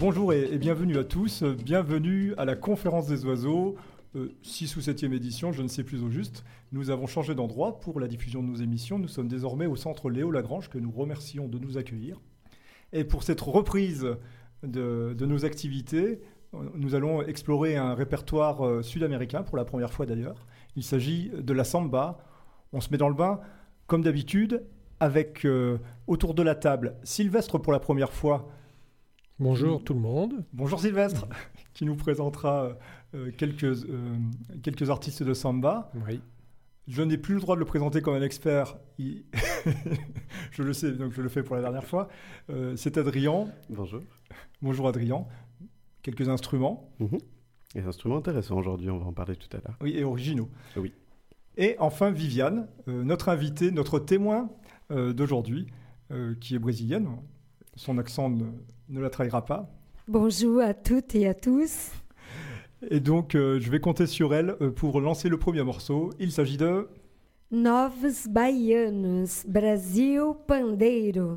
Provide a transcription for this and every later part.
Bonjour et bienvenue à tous, bienvenue à la Conférence des oiseaux, 6 ou 7e édition, je ne sais plus au juste. Nous avons changé d'endroit pour la diffusion de nos émissions, nous sommes désormais au centre Léo Lagrange que nous remercions de nous accueillir. Et pour cette reprise de nos activités, nous allons explorer un répertoire sud-américain pour la première fois d'ailleurs. Il s'agit de la samba. On se met dans le bain comme d'habitude avec autour de la table Sylvestre pour la première fois. Bonjour tout le monde. Bonjour Sylvestre, qui nous présentera quelques artistes de samba. Oui. Je n'ai plus le droit de le présenter comme un expert. Je le sais, donc je le fais pour la dernière fois. C'est Adrien. Bonjour. Bonjour Adrien. Quelques instruments. Des instruments intéressants aujourd'hui, on va en parler tout à l'heure. Oui, et originaux. Oui. Et enfin Viviane, notre invitée, notre témoin d'aujourd'hui, qui est brésilienne. Son accent ne la trahira pas. Bonjour à toutes et à tous. Et donc, je vais compter sur elle pour lancer le premier morceau. Il s'agit de... Novos Baianos, Brasil Pandeiro.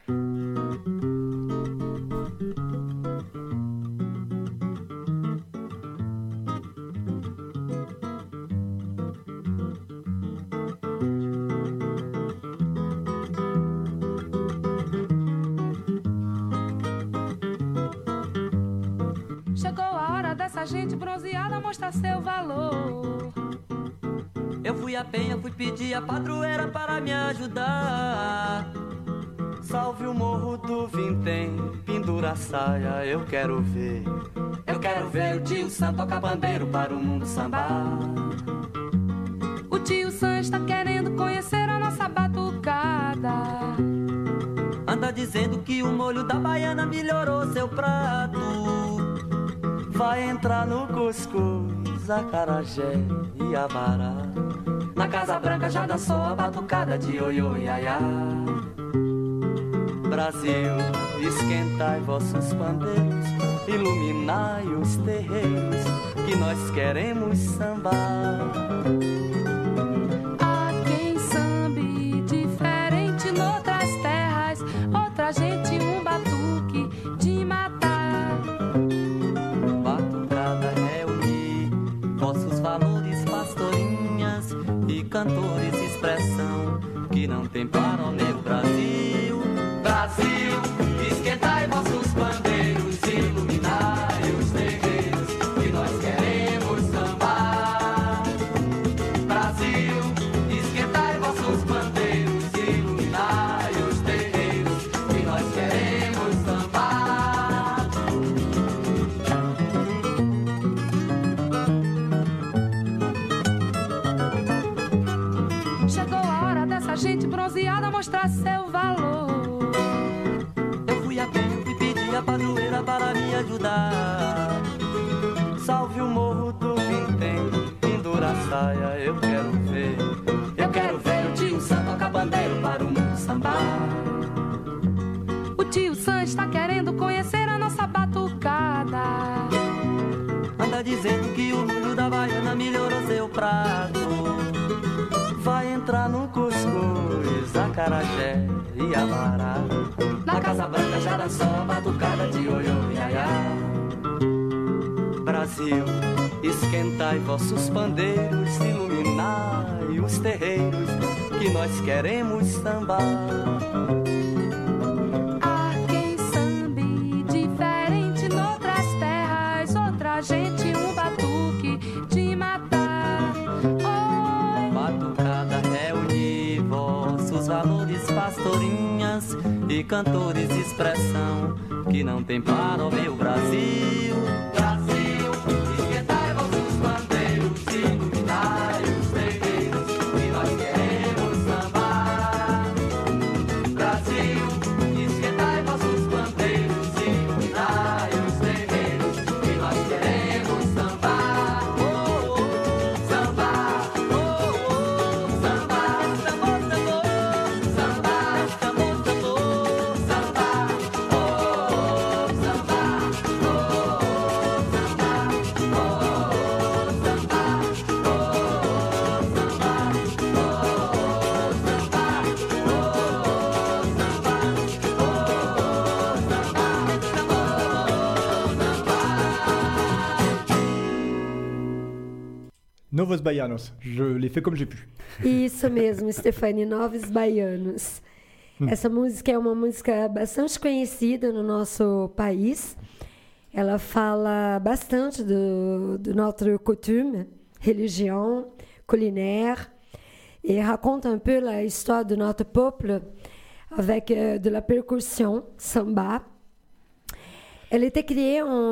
Gente bronzeada mostra seu valor. Eu fui à penha, fui pedir a padroeira para me ajudar. Salve o morro do Vintém, pendura a saia, eu quero ver. Eu quero ver o tio Sam tocar bandeiro para o mundo sambar. O tio Sam está querendo conhecer a nossa batucada. Anda dizendo que o molho da baiana melhorou seu prato. Vai entrar no cuscuz, acarajé e abará. Na Casa Branca já dançou a batucada de ioiô e aiá. Brasil, esquentai vossos pandeiros, iluminai os terreiros, que nós queremos sambar. Há quem sambe diferente noutras terras, outra gente um batuque de matar. Valores, pastorinhas e cantores, expressão que não tem para o meu Brasil. Brasil, esquentai vossos bandeiros, iluminai os terreiros, que nós queremos sambar. Brasil, esquentai vossos bandeiros, iluminai os terreiros, que nós queremos sambar. Gente bronzeada mostrar seu valor. Eu fui a pé, fui pedir a padroeira para me ajudar. Salve o morro do Vintém, pendura a saia, eu quero ver. Eu quero ver o tio Sam tocar bandeiro para o mundo sambar. O tio Sam está querendo conhecer a nossa batucada. Anda dizendo que o molho da baiana melhorou seu prato. Vai entrar no cuscuz, acarajé e abará. Na Casa Branca já dançou a batucada de ioiô e aiá. Brasil, esquentai vossos pandeiros, iluminai os terreiros, que nós queremos sambar. Há quem sambe diferente noutras terras, outra gente um batuque de matar. Vossos valores, pastorinhas e cantores, expressão que não tem para o meu Brasil. Brasil, esquentai vossos bandeiros, iluminai os terreiros, que nós queremos sambar. Brasil, esquentai vossos bandeiros, iluminai os terreiros, que nós queremos sambar. Oh, oh, oh, sambar, oh, oh, oh, sambar, tambor, tambor, sambar, tambor, tambor, sambar, oh, sambar, oh. Novos Baianos, je l'ai fait comme j'ai pu. Isso mesmo, Stefani, Novos Baianos. Essa música é uma música bastante conhecida no nosso país. Ela fala bastante de notre coutume, religion, culinaire, et raconte un peu l'histoire de notre peuple avec de la percussion, samba. Elle a été créée en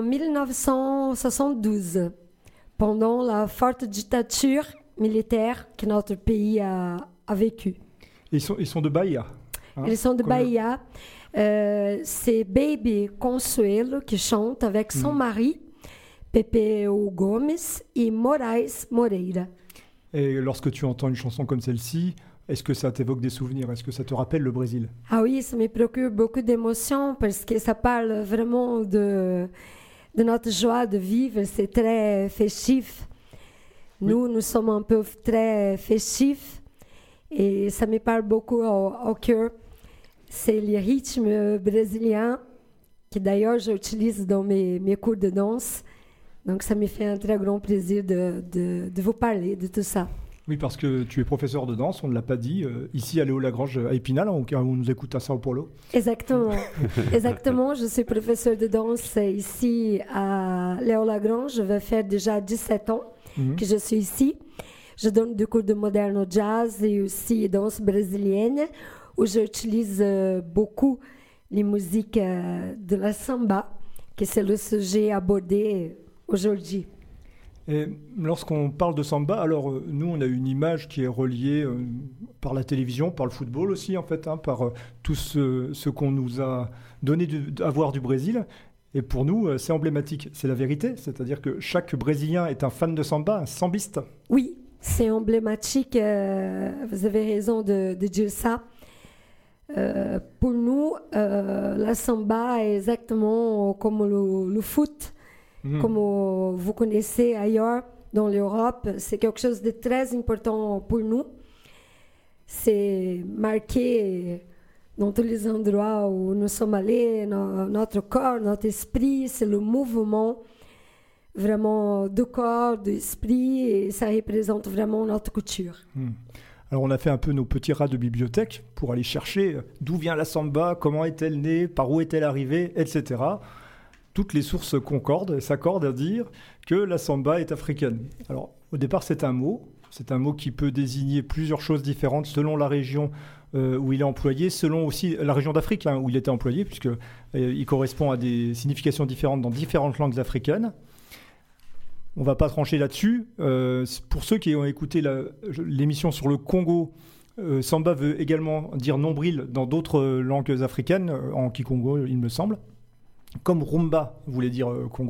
1972, pendant la forte dictature militaire que notre pays a vécue. Ils sont de Bahia. Ils sont de Bahia. C'est Baby Consuelo qui chante avec son mari, Pepeu Gomes, et Moraes Moreira. Et lorsque tu entends une chanson comme celle-ci, est-ce que ça t'évoque des souvenirs? Est-ce que ça te rappelle le Brésil? Ah oui, ça me procure beaucoup d'émotions parce que ça parle vraiment de notre joie de vivre. C'est très festif. Nous sommes un peu très festifs et ça me parle beaucoup au cœur. C'est les rythmes brésiliens que d'ailleurs j'utilise dans mes cours de danse. Donc ça me fait un très grand plaisir de vous parler de tout ça. Oui, parce que tu es professeur de danse, on ne l'a pas dit, ici à Léo Lagrange à Épinal, au cas où on nous écoute à Sao Paulo. Exactement. Exactement, je suis professeur de danse ici à Léo Lagrange. Je vais faire déjà 17 ans que je suis ici. Je donne des cours de moderno jazz et aussi danse brésilienne, où j'utilise beaucoup les musiques de la samba, que c'est le sujet abordé aujourd'hui. Et lorsqu'on parle de samba, alors nous on a une image qui est reliée par la télévision, par le football aussi en fait, par tout ce qu'on nous a donné à voir du Brésil. Et pour nous c'est emblématique, c'est la vérité, c'est-à-dire que chaque Brésilien est un fan de samba, un sambiste. Oui, c'est emblématique, vous avez raison de dire ça. Pour nous, la samba est exactement comme le foot. Comme vous connaissez ailleurs dans l'Europe, c'est quelque chose de très important pour nous. C'est marqué dans tous les endroits où nous sommes allés, notre corps, notre esprit, c'est le mouvement vraiment du corps, de l'esprit, et ça représente vraiment notre culture. Alors on a fait un peu nos petits rats de bibliothèque pour aller chercher d'où vient la samba, comment est-elle née, par où est-elle arrivée, etc. Toutes les sources concordent et s'accordent à dire que la samba est africaine. Alors, au départ, c'est un mot qui peut désigner plusieurs choses différentes selon la région où il est employé, selon aussi la région d'Afrique où il était employé, puisqu'il correspond à des significations différentes dans différentes langues africaines. On ne va pas trancher là-dessus. Pour ceux qui ont écouté l'émission sur le Congo, samba veut également dire nombril dans d'autres langues africaines, en kikongo, il me semble. Comme rumba voulait dire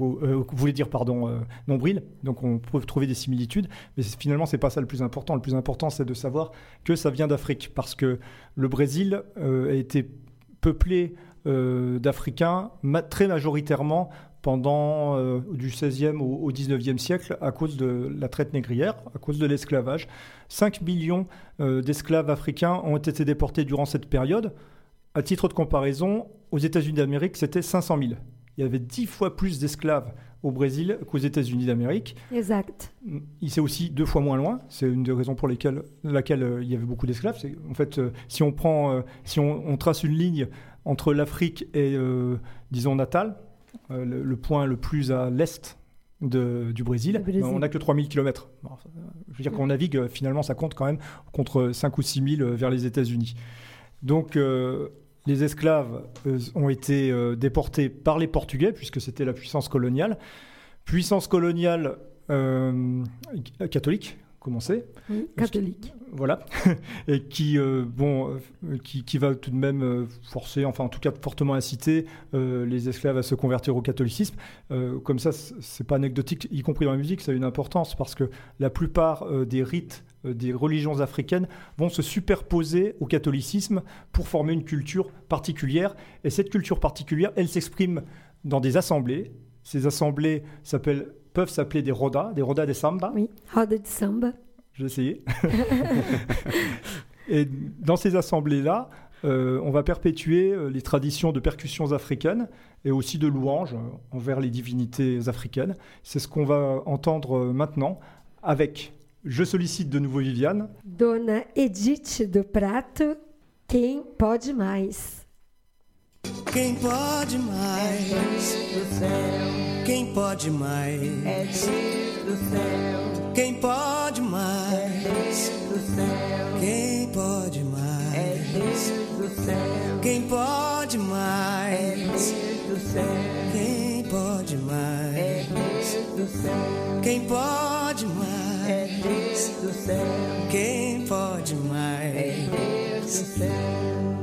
nombril, donc on peut trouver des similitudes, mais finalement c'est pas ça le plus important. Le plus important c'est de savoir que ça vient d'Afrique, parce que le Brésil a été peuplé d'Africains très majoritairement pendant du XVIe au XIXe siècle à cause de la traite négrière, à cause de l'esclavage. 5 millions d'esclaves africains ont été déportés durant cette période. À titre de comparaison, aux États-Unis d'Amérique, c'était 500 000. Il y avait 10 fois plus d'esclaves au Brésil qu'aux États-Unis d'Amérique. Exact. C'est aussi 2 fois moins loin. C'est une des raisons pour laquelle il y avait beaucoup d'esclaves. En fait, si on trace une ligne entre l'Afrique et, disons, Natal, le point le plus à l'est du Brésil, on n'a que 3000 km. Je veux dire qu'on navigue, finalement, ça compte quand même contre 5 ou 6 000 vers les États-Unis. Donc, les esclaves ont été déportés par les Portugais, puisque c'était la puissance coloniale. Puissance coloniale catholique, commencé. Oui, catholique. Voilà. Et qui va tout de même forcer, enfin en tout cas fortement inciter les esclaves à se convertir au catholicisme. Comme ça, c'est pas anecdotique, y compris dans la musique, ça a une importance, parce que la plupart des rites des religions africaines vont se superposer au catholicisme pour former une culture particulière. Et cette culture particulière, elle s'exprime dans des assemblées. Ces assemblées peuvent s'appeler des rodas de samba. Oui, roda de samba. J'ai essayé. Et dans ces assemblées-là, on va perpétuer les traditions de percussions africaines et aussi de louanges envers les divinités africaines. C'est ce qu'on va entendre maintenant avec Je sollicite de nouveau Viviane. Dona Edith do Prato, quem pode mais? Quem pode mais? É Deus do céu. Quem pode mais? É Deus do céu. Quem pode mais? É Deus do céu. Quem pode mais? É Deus do céu. Quem pode mais? É Deus do céu. Quem pode mais? É Deus do céu. Quem pode mais? É Deus do céu. Quem pode mais? É Deus do céu.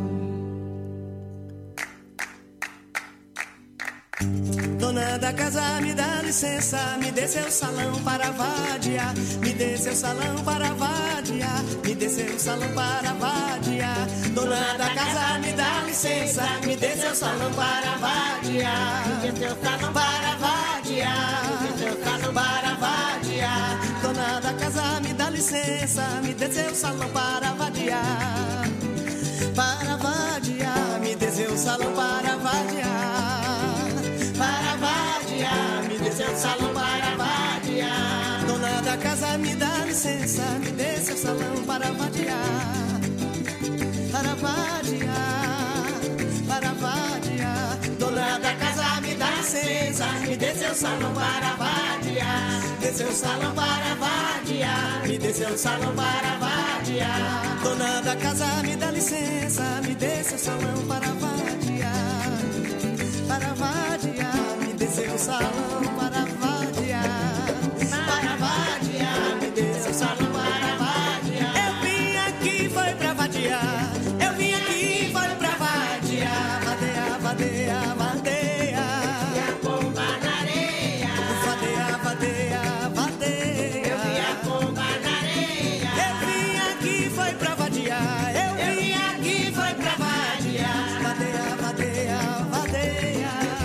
Dona da casa, me dá licença, me dê seu salão para vadiar, me dê seu salão para vadiar, me dê seu salão para vadiar. Dona da casa, me dá licença, me dê seu salão para vadiar, me dê seu salão para vadiar, me dê seu salão para vadiar. Dona da casa, me dá licença, me dê seu salão para vadiar, me dê seu salão para vadiar. Para vadiar, me dê seu salão para vadiar. Dona da casa, me dá licença, me dê seu salão para vadiar. Para vadiar, para vadiar. Dona da casa, me dá licença, me dê seu salão para vadiar. Dê seu salão para vadiar, me dê seu salão para vadiar. Dona da casa, me dá licença, me dê seu salão para vadiar. Para vadiar, me dê seu salão para vadiar. Para vadiar, me dê seu salão para vadiar. Eu vim aqui, foi pra vadiar. Eu vim aqui, foi pra vadiar. Vadeia, vadeia, vadeia. E a pomba na areia. Vadeia, vadeia, vadeia. Eu vi a pomba na areia. Eu vim aqui, foi pra vadiar. Eu vim aqui, foi pra vadiar. Vadeia, vadeia, vadeia.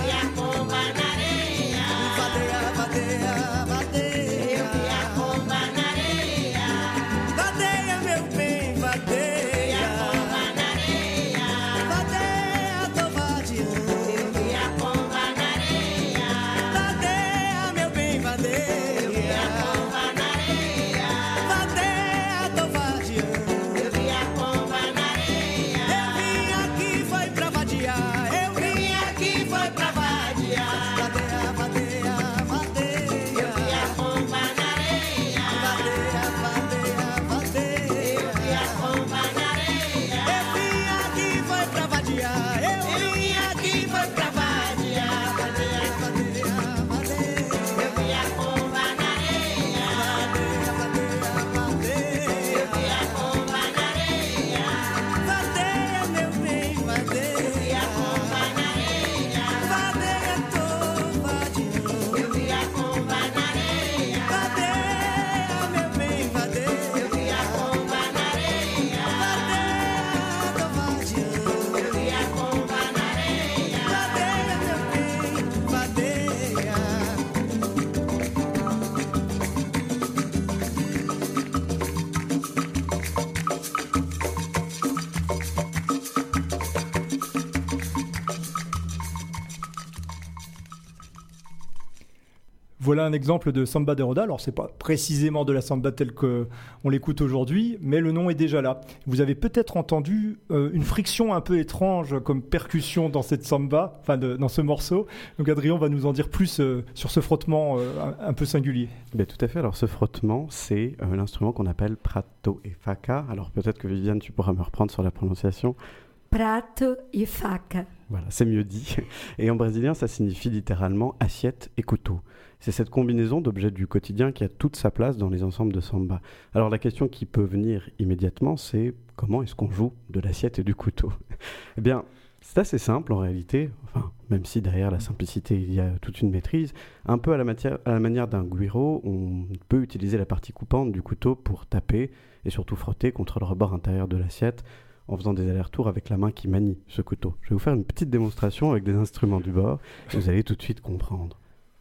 Voilà un exemple de samba de roda. Alors, c'est pas précisément de la samba telle qu'on l'écoute aujourd'hui, mais le nom est déjà là. Vous avez peut-être entendu une friction un peu étrange comme percussion dans cette samba, dans ce morceau. Donc, Adrien va nous en dire plus sur ce frottement un peu singulier. Ben, tout à fait. Alors, ce frottement, c'est l'instrument qu'on appelle prato e faca. Alors, peut-être que Viviane, tu pourras me reprendre sur la prononciation. Prato e faca. Voilà, c'est mieux dit. Et en brésilien, ça signifie littéralement assiette et couteau. C'est cette combinaison d'objets du quotidien qui a toute sa place dans les ensembles de samba. Alors la question qui peut venir immédiatement, c'est comment est-ce qu'on joue de l'assiette et du couteau ? Eh bien, c'est assez simple en réalité, enfin, même si derrière la simplicité il y a toute une maîtrise. Un peu à la manière d'un güiro, on peut utiliser la partie coupante du couteau pour taper et surtout frotter contre le rebord intérieur de l'assiette en faisant des allers-retours avec la main qui manie ce couteau. Je vais vous faire une petite démonstration avec des instruments du bord et vous allez tout de suite comprendre.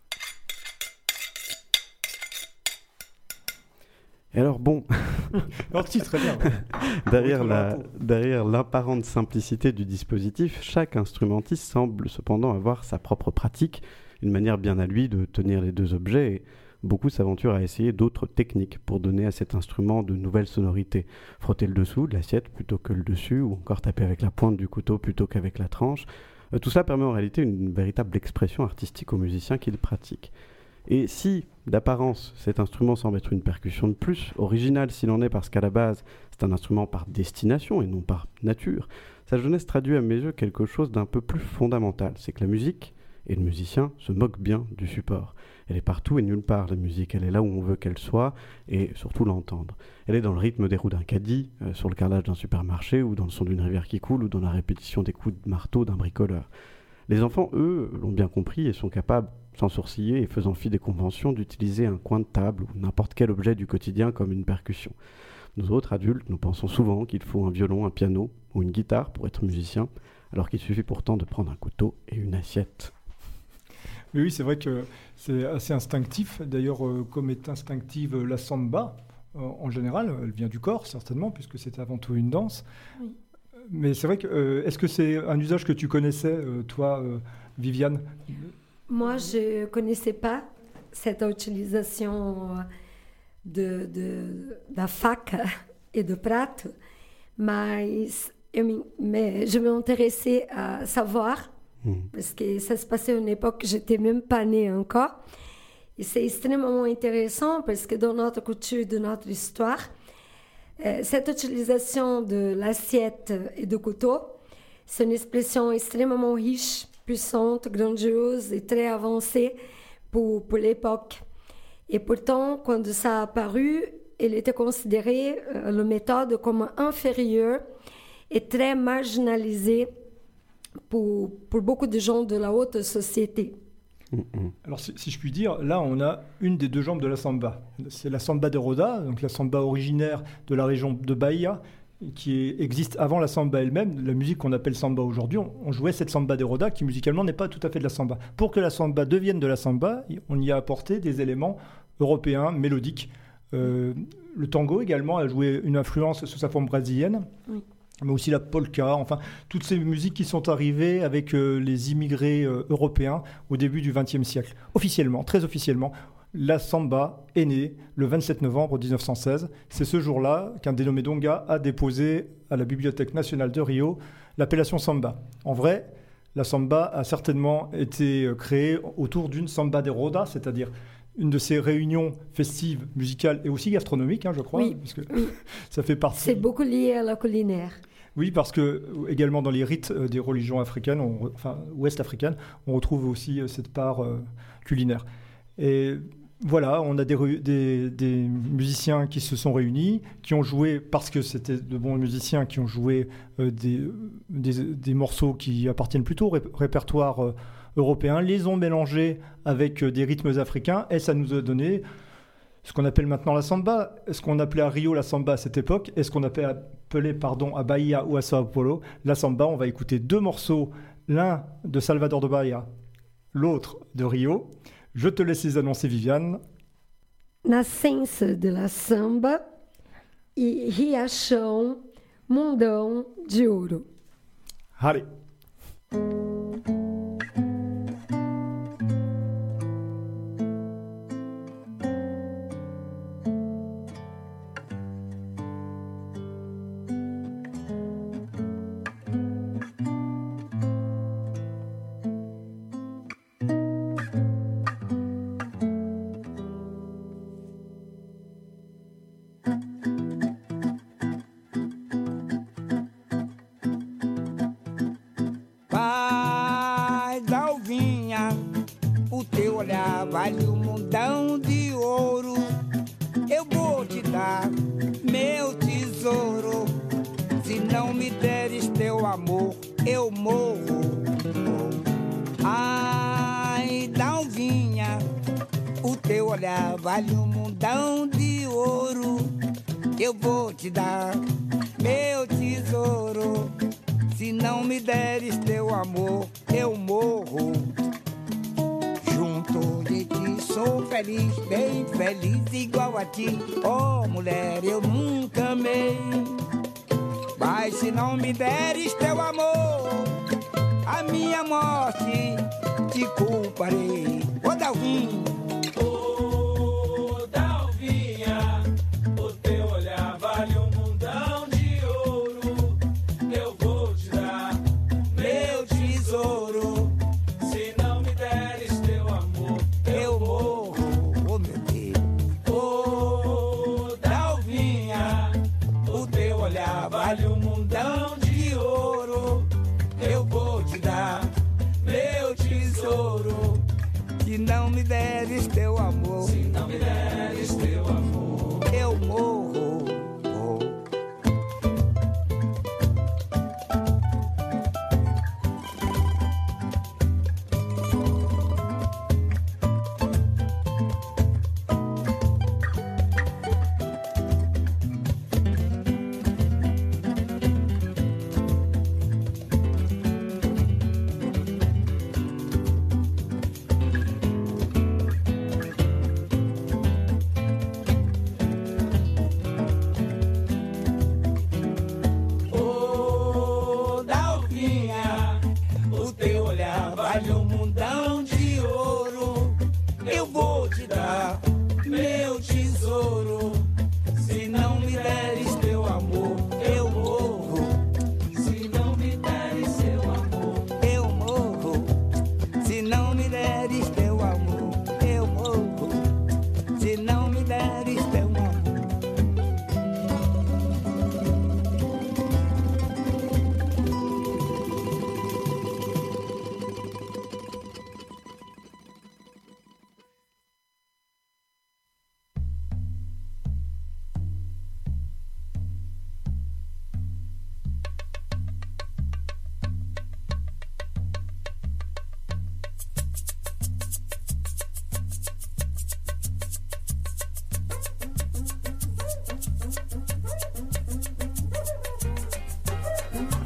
Et alors bon, très bien. derrière l'apparente simplicité du dispositif, chaque instrumentiste semble cependant avoir sa propre pratique, une manière bien à lui de tenir les deux objets. Et beaucoup s'aventurent à essayer d'autres techniques pour donner à cet instrument de nouvelles sonorités. Frotter le dessous de l'assiette plutôt que le dessus, ou encore taper avec la pointe du couteau plutôt qu'avec la tranche. Tout ça permet en réalité une véritable expression artistique aux musiciens qui le pratiquent. Et si, d'apparence, cet instrument semble être une percussion de plus, originale s'il en est parce qu'à la base, c'est un instrument par destination et non par nature, sa jeunesse traduit à mes yeux quelque chose d'un peu plus fondamental. C'est que la musique et le musicien se moquent bien du support. Elle est partout et nulle part, la musique. Elle est là où on veut qu'elle soit et surtout l'entendre. Elle est dans le rythme des roues d'un caddie, sur le carrelage d'un supermarché ou dans le son d'une rivière qui coule ou dans la répétition des coups de marteau d'un bricoleur. Les enfants, eux, l'ont bien compris et sont capables, sans sourciller et faisant fi des conventions, d'utiliser un coin de table ou n'importe quel objet du quotidien comme une percussion. Nous autres adultes, nous pensons souvent qu'il faut un violon, un piano ou une guitare pour être musicien, alors qu'il suffit pourtant de prendre un couteau et une assiette. Oui, c'est vrai que c'est assez instinctif. D'ailleurs, comme est instinctive la samba, en général, elle vient du corps, certainement, puisque c'est avant tout une danse. Oui. Mais c'est vrai que, est-ce que c'est un usage que tu connaissais, toi, Viviane ? Moi, je ne connaissais pas cette utilisation de faca et de prato, mais je m'intéressais à savoir, parce que ça se passait à une époque que je n'étais même pas née encore. Et c'est extrêmement intéressant parce que dans notre culture, de notre histoire, cette utilisation de l'assiette et du couteau, c'est une expression extrêmement riche, puissante, grandiose et très avancée pour l'époque. Et pourtant, quand ça a apparu, elle était considérée, la méthode, comme inférieure et très marginalisée pour beaucoup de gens de la haute société. Alors, si je puis dire, là, on a une des deux jambes de la samba. C'est la samba de Roda, donc la samba originaire de la région de Bahia, qui existe avant la samba elle-même. La musique qu'on appelle samba aujourd'hui, on jouait cette samba de Roda, qui musicalement n'est pas tout à fait de la samba. Pour que la samba devienne de la samba, on y a apporté des éléments européens, mélodiques. Le tango également a joué une influence sous sa forme brésilienne. Oui. Mais aussi la polka, enfin, toutes ces musiques qui sont arrivées avec les immigrés européens au début du XXe siècle. Officiellement, très officiellement, la samba est née le 27 novembre 1916. C'est ce jour-là qu'un dénommé Donga a déposé à la Bibliothèque nationale de Rio l'appellation samba. En vrai, la samba a certainement été créée autour d'une samba de roda, c'est-à-dire une de ces réunions festives, musicales et aussi gastronomiques, je crois. Oui, parce que ça fait partie... C'est beaucoup lié à la culinaire. Oui, parce que également dans les rites des religions africaines, ouest-africaines, on retrouve aussi cette part culinaire. Et voilà, on a des musiciens qui se sont réunis, qui ont joué, parce que c'était de bons musiciens, qui ont joué des morceaux qui appartiennent plutôt au répertoire européens, les ont mélangés avec des rythmes africains et ça nous a donné ce qu'on appelle maintenant la samba, ce qu'on appelait à Rio la samba à cette époque et ce qu'on appelait à Bahia ou à Sao Paulo la samba. On va écouter deux morceaux, l'un de Salvador de Bahia, l'autre de Rio. Je te laisse les annoncer, Viviane. Nascença de la samba e Riachão, Mundão de Ouro. Allez. Vale um mundão de ouro, eu vou te dar meu tesouro. Se não me deres teu amor, eu morro. Ai, Dalvinha, o teu olhar vale um mundão de ouro, eu vou te dar meu tesouro. Se não me deres teu amor, eu morro. Junto de ti sou feliz, bem feliz igual a ti. Oh, mulher, eu nunca amei. Mas se não me deres teu amor, a minha morte te culparei. Ô, Dalvinho,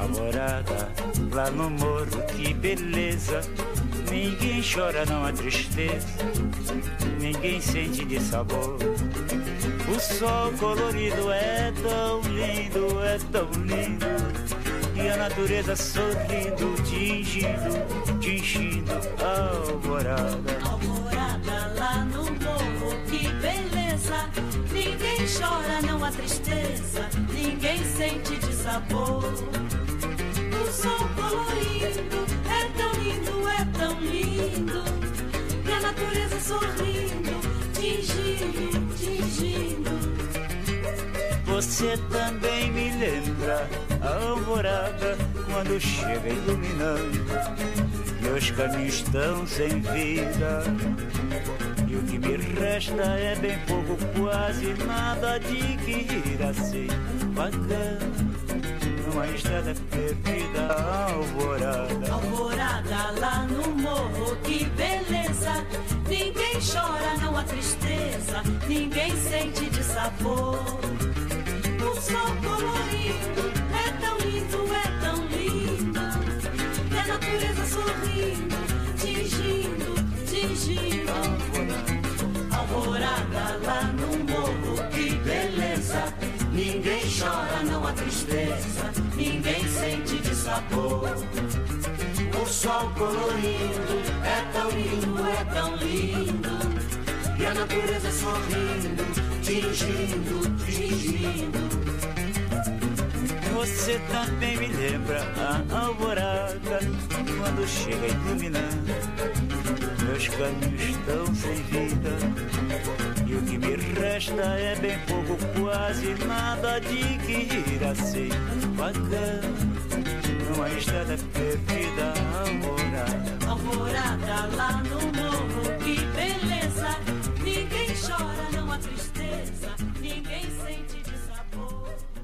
Alvorada, lá no morro, que beleza. Ninguém chora, não há tristeza. Ninguém sente de sabor. O sol colorido é tão lindo, é tão lindo. E a natureza sorrindo, tingindo, tingindo a alvorada. Alvorada lá no morro, que beleza. Ninguém chora, não há tristeza. Ninguém sente de sabor. O sol colorido é tão lindo, é tão lindo. E a natureza sorrindo, tingindo, tingindo. Você também me lembra a alvorada quando chega iluminando. Meus caminhos estão sem vida e o que me resta é bem pouco, quase nada de que ir assim bacana. Numa estrada perdida, alvorada. Alvorada lá no morro, que beleza. Ninguém chora, não há tristeza. Ninguém sente de sabor. O sol colorido é tão lindo, é tão lindo. E a natureza sorrindo, tingindo, tingindo. Alvorada lá no morro, que beleza. Ninguém chora, não há tristeza. Ninguém sente de sabor. O sol colorido é tão lindo, é tão lindo. E a natureza sorrindo, tingindo, tingindo. Você também me lembra a alvorada quando chega iluminando. Meus caminhos estão sem vida e o que me resta é bem pouco, quase nada de que ir assim bacana. Numa estrada perdida, alvorada. Alvorada lá no morro, que beleza. Ninguém chora, não há tristeza. Ninguém sente de sabor.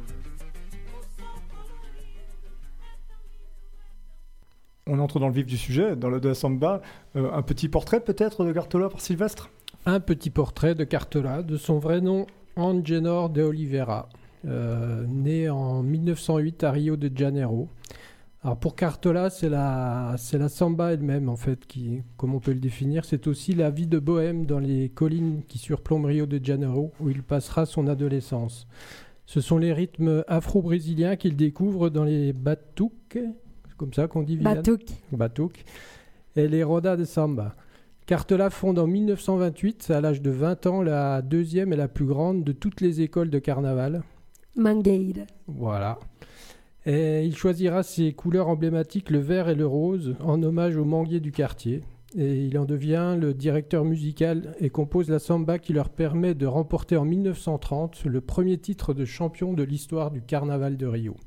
On entre dans le vif du sujet, dans le de la samba. Un petit portrait peut-être de Cartola par Sylvestre. Un petit portrait de Cartola, de son vrai nom Angenor de Oliveira, né en 1908 à Rio de Janeiro. Alors pour Cartola, c'est la samba elle-même en fait, qui, comme on peut le définir, c'est aussi la vie de bohème dans les collines qui surplombent Rio de Janeiro, où il passera son adolescence. Ce sont les rythmes afro-brésiliens qu'il découvre dans les batuques, c'est comme ça qu'on dit, Viviane ? Batuques. Et les rodas de samba. Cartola fonde en 1928, à l'âge de 20 ans, la deuxième et la plus grande de toutes les écoles de carnaval. Mangueira. Voilà. Et il choisira ses couleurs emblématiques, le vert et le rose, en hommage aux manguiers du quartier. Et il en devient le directeur musical et compose la samba qui leur permet de remporter en 1930 le premier titre de champion de l'histoire du carnaval de Rio.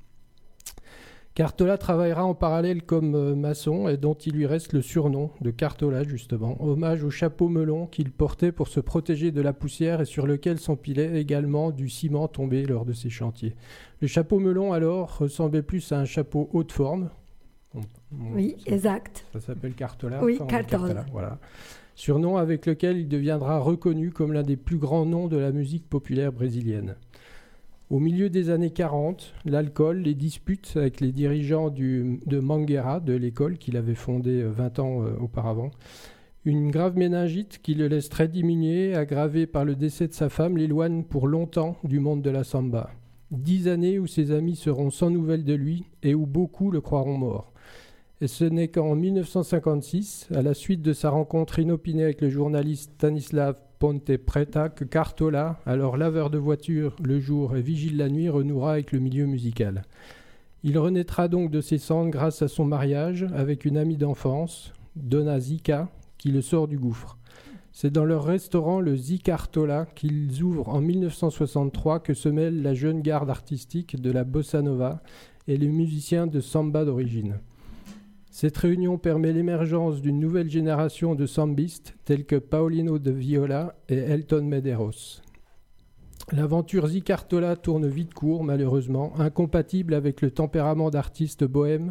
Cartola travaillera en parallèle comme maçon et dont il lui reste le surnom de Cartola justement, hommage au chapeau melon qu'il portait pour se protéger de la poussière et sur lequel s'empilait également du ciment tombé lors de ses chantiers. Le chapeau melon alors ressemblait plus à un chapeau haute forme. Oui, exact. Ça s'appelle Cartola. Oui, Cartola. Voilà. Surnom avec lequel il deviendra reconnu comme l'un des plus grands noms de la musique populaire brésilienne. Au milieu des années 40, l'alcool, les disputes avec les dirigeants de Mangueira, de l'école qu'il avait fondée 20 ans auparavant, une grave méningite qui le laisse très diminué, aggravée par le décès de sa femme, l'éloigne pour longtemps du monde de la samba. 10 années où ses amis seront sans nouvelles de lui et où beaucoup le croiront mort. Et ce n'est qu'en 1956, à la suite de sa rencontre inopinée avec le journaliste Stanislav Ponte Preta, que Cartola, alors laveur de voitures le jour et vigile la nuit, renouera avec le milieu musical. Il renaîtra donc de ses cendres grâce à son mariage avec une amie d'enfance, Donna Zica, qui le sort du gouffre. C'est dans leur restaurant, le Zicartola, qu'ils ouvrent en 1963 que se mêle la jeune garde artistique de la bossa nova et les musiciens de samba d'origine. Cette réunion permet l'émergence d'une nouvelle génération de sambistes tels que Paulinho de Viola et Elton Medeiros. L'aventure Zicartola tourne vite court, malheureusement, incompatible avec le tempérament d'artiste bohème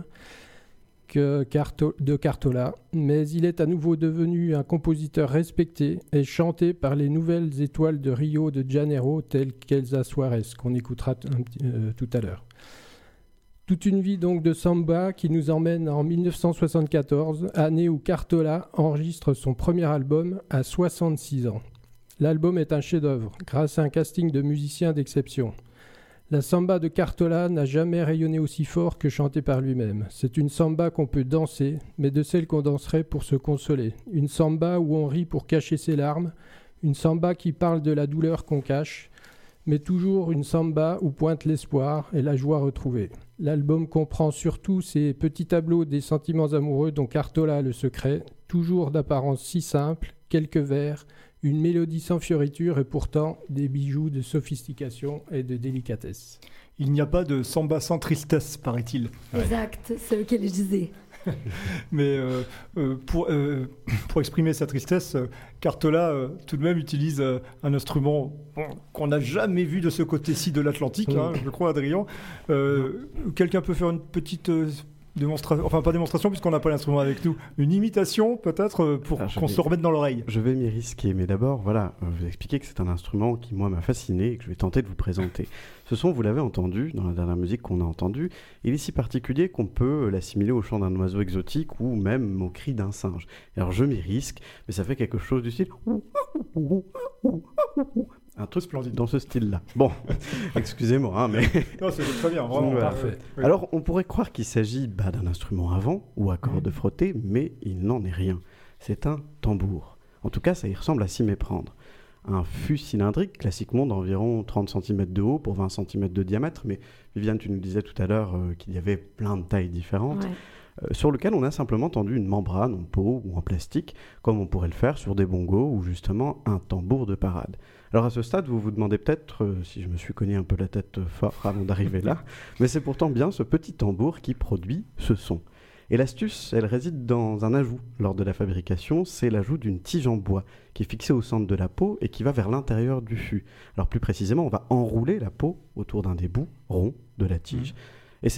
de Cartola, mais il est à nouveau devenu un compositeur respecté et chanté par les nouvelles étoiles de Rio de Janeiro telles qu'Elsa Soares, qu'on écoutera tout à l'heure. Toute une vie donc de samba qui nous emmène en 1974, année où Cartola enregistre son premier album à 66 ans. L'album est un chef-d'œuvre, grâce à un casting de musiciens d'exception. La samba de Cartola n'a jamais rayonné aussi fort que chantée par lui-même. C'est une samba qu'on peut danser, mais de celle qu'on danserait pour se consoler. Une samba où on rit pour cacher ses larmes, une samba qui parle de la douleur qu'on cache, mais toujours une samba où pointe l'espoir et la joie retrouvée. L'album comprend surtout ces petits tableaux des sentiments amoureux dont Cartola a le secret, toujours d'apparence si simple, quelques vers, une mélodie sans fioriture et pourtant des bijoux de sophistication et de délicatesse. Il n'y a pas de samba sans tristesse, paraît-il. Exact, c'est ce que je disais. Mais pour exprimer sa tristesse, Cartola tout de même utilise un instrument qu'on n'a jamais vu de ce côté-ci de l'Atlantique, je crois, Adrien. Quelqu'un peut faire une petite démonstration, enfin pas démonstration puisqu'on n'a pas l'instrument avec nous, une imitation peut-être pour qu'on se remette dans l'oreille. Je vais m'y risquer, mais d'abord, voilà, je vais vous expliquer que c'est un instrument qui, moi, m'a fasciné et que je vais tenter de vous présenter. Ce son, vous l'avez entendu dans la dernière musique qu'on a entendue, il est si particulier qu'on peut l'assimiler au chant d'un oiseau exotique ou même au cri d'un singe. Alors je m'y risque, mais ça fait quelque chose du style... Un truc splendide dans ce style-là. Bon, excusez-moi, mais... Non, c'est très bien, vraiment parfait. Oui. Alors, on pourrait croire qu'il s'agit d'un instrument à vent ou à cordes frottées, mais il n'en est rien. C'est un tambour. En tout cas, ça y ressemble à s'y méprendre. Un fût cylindrique, classiquement d'environ 30 cm de haut pour 20 cm de diamètre, mais Viviane, tu nous disais tout à l'heure qu'il y avait plein de tailles différentes, sur lequel on a simplement tendu une membrane en peau ou en plastique, comme on pourrait le faire sur des bongos ou justement un tambour de parade. Alors à ce stade, vous vous demandez peut-être si je me suis cogné un peu la tête fort avant d'arriver là, mais c'est pourtant bien ce petit tambour qui produit ce son. Et l'astuce, elle réside dans un ajout lors de la fabrication, c'est l'ajout d'une tige en bois qui est fixée au centre de la peau et qui va vers l'intérieur du fût. Alors plus précisément, on va enrouler la peau autour d'un des bouts ronds de la tige. Et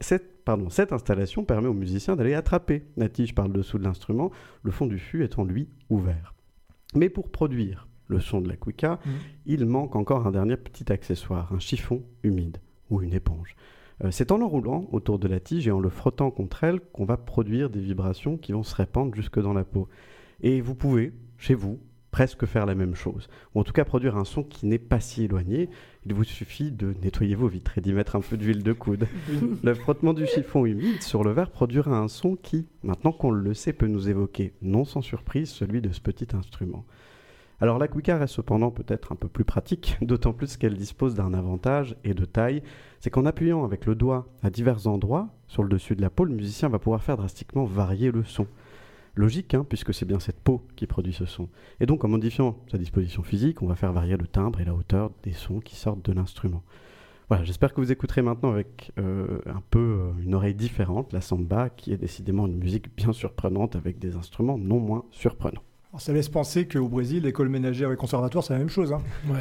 cette installation permet aux musiciens d'aller attraper la tige par le dessous de l'instrument, le fond du fût étant lui ouvert. Mais pour produire le son de la cuica, il manque encore un dernier petit accessoire, un chiffon humide ou une éponge. C'est en l'enroulant autour de la tige et en le frottant contre elle qu'on va produire des vibrations qui vont se répandre jusque dans la peau. Et vous pouvez, chez vous, presque faire la même chose, ou en tout cas produire un son qui n'est pas si éloigné. Il vous suffit de nettoyer vos vitres et d'y mettre un peu d'huile de coude. Le frottement du chiffon humide sur le verre produira un son qui, maintenant qu'on le sait, peut nous évoquer, non sans surprise, celui de ce petit instrument. Alors la cuica reste cependant peut-être un peu plus pratique, d'autant plus qu'elle dispose d'un avantage et de taille, c'est qu'en appuyant avec le doigt à divers endroits sur le dessus de la peau, le musicien va pouvoir faire drastiquement varier le son. Logique, puisque c'est bien cette peau qui produit ce son. Et donc en modifiant sa disposition physique, on va faire varier le timbre et la hauteur des sons qui sortent de l'instrument. Voilà, j'espère que vous écouterez maintenant avec un peu une oreille différente, la samba, qui est décidément une musique bien surprenante avec des instruments non moins surprenants. Alors, ça laisse penser qu'au Brésil, l'école ménagère et le conservatoire, c'est la même chose.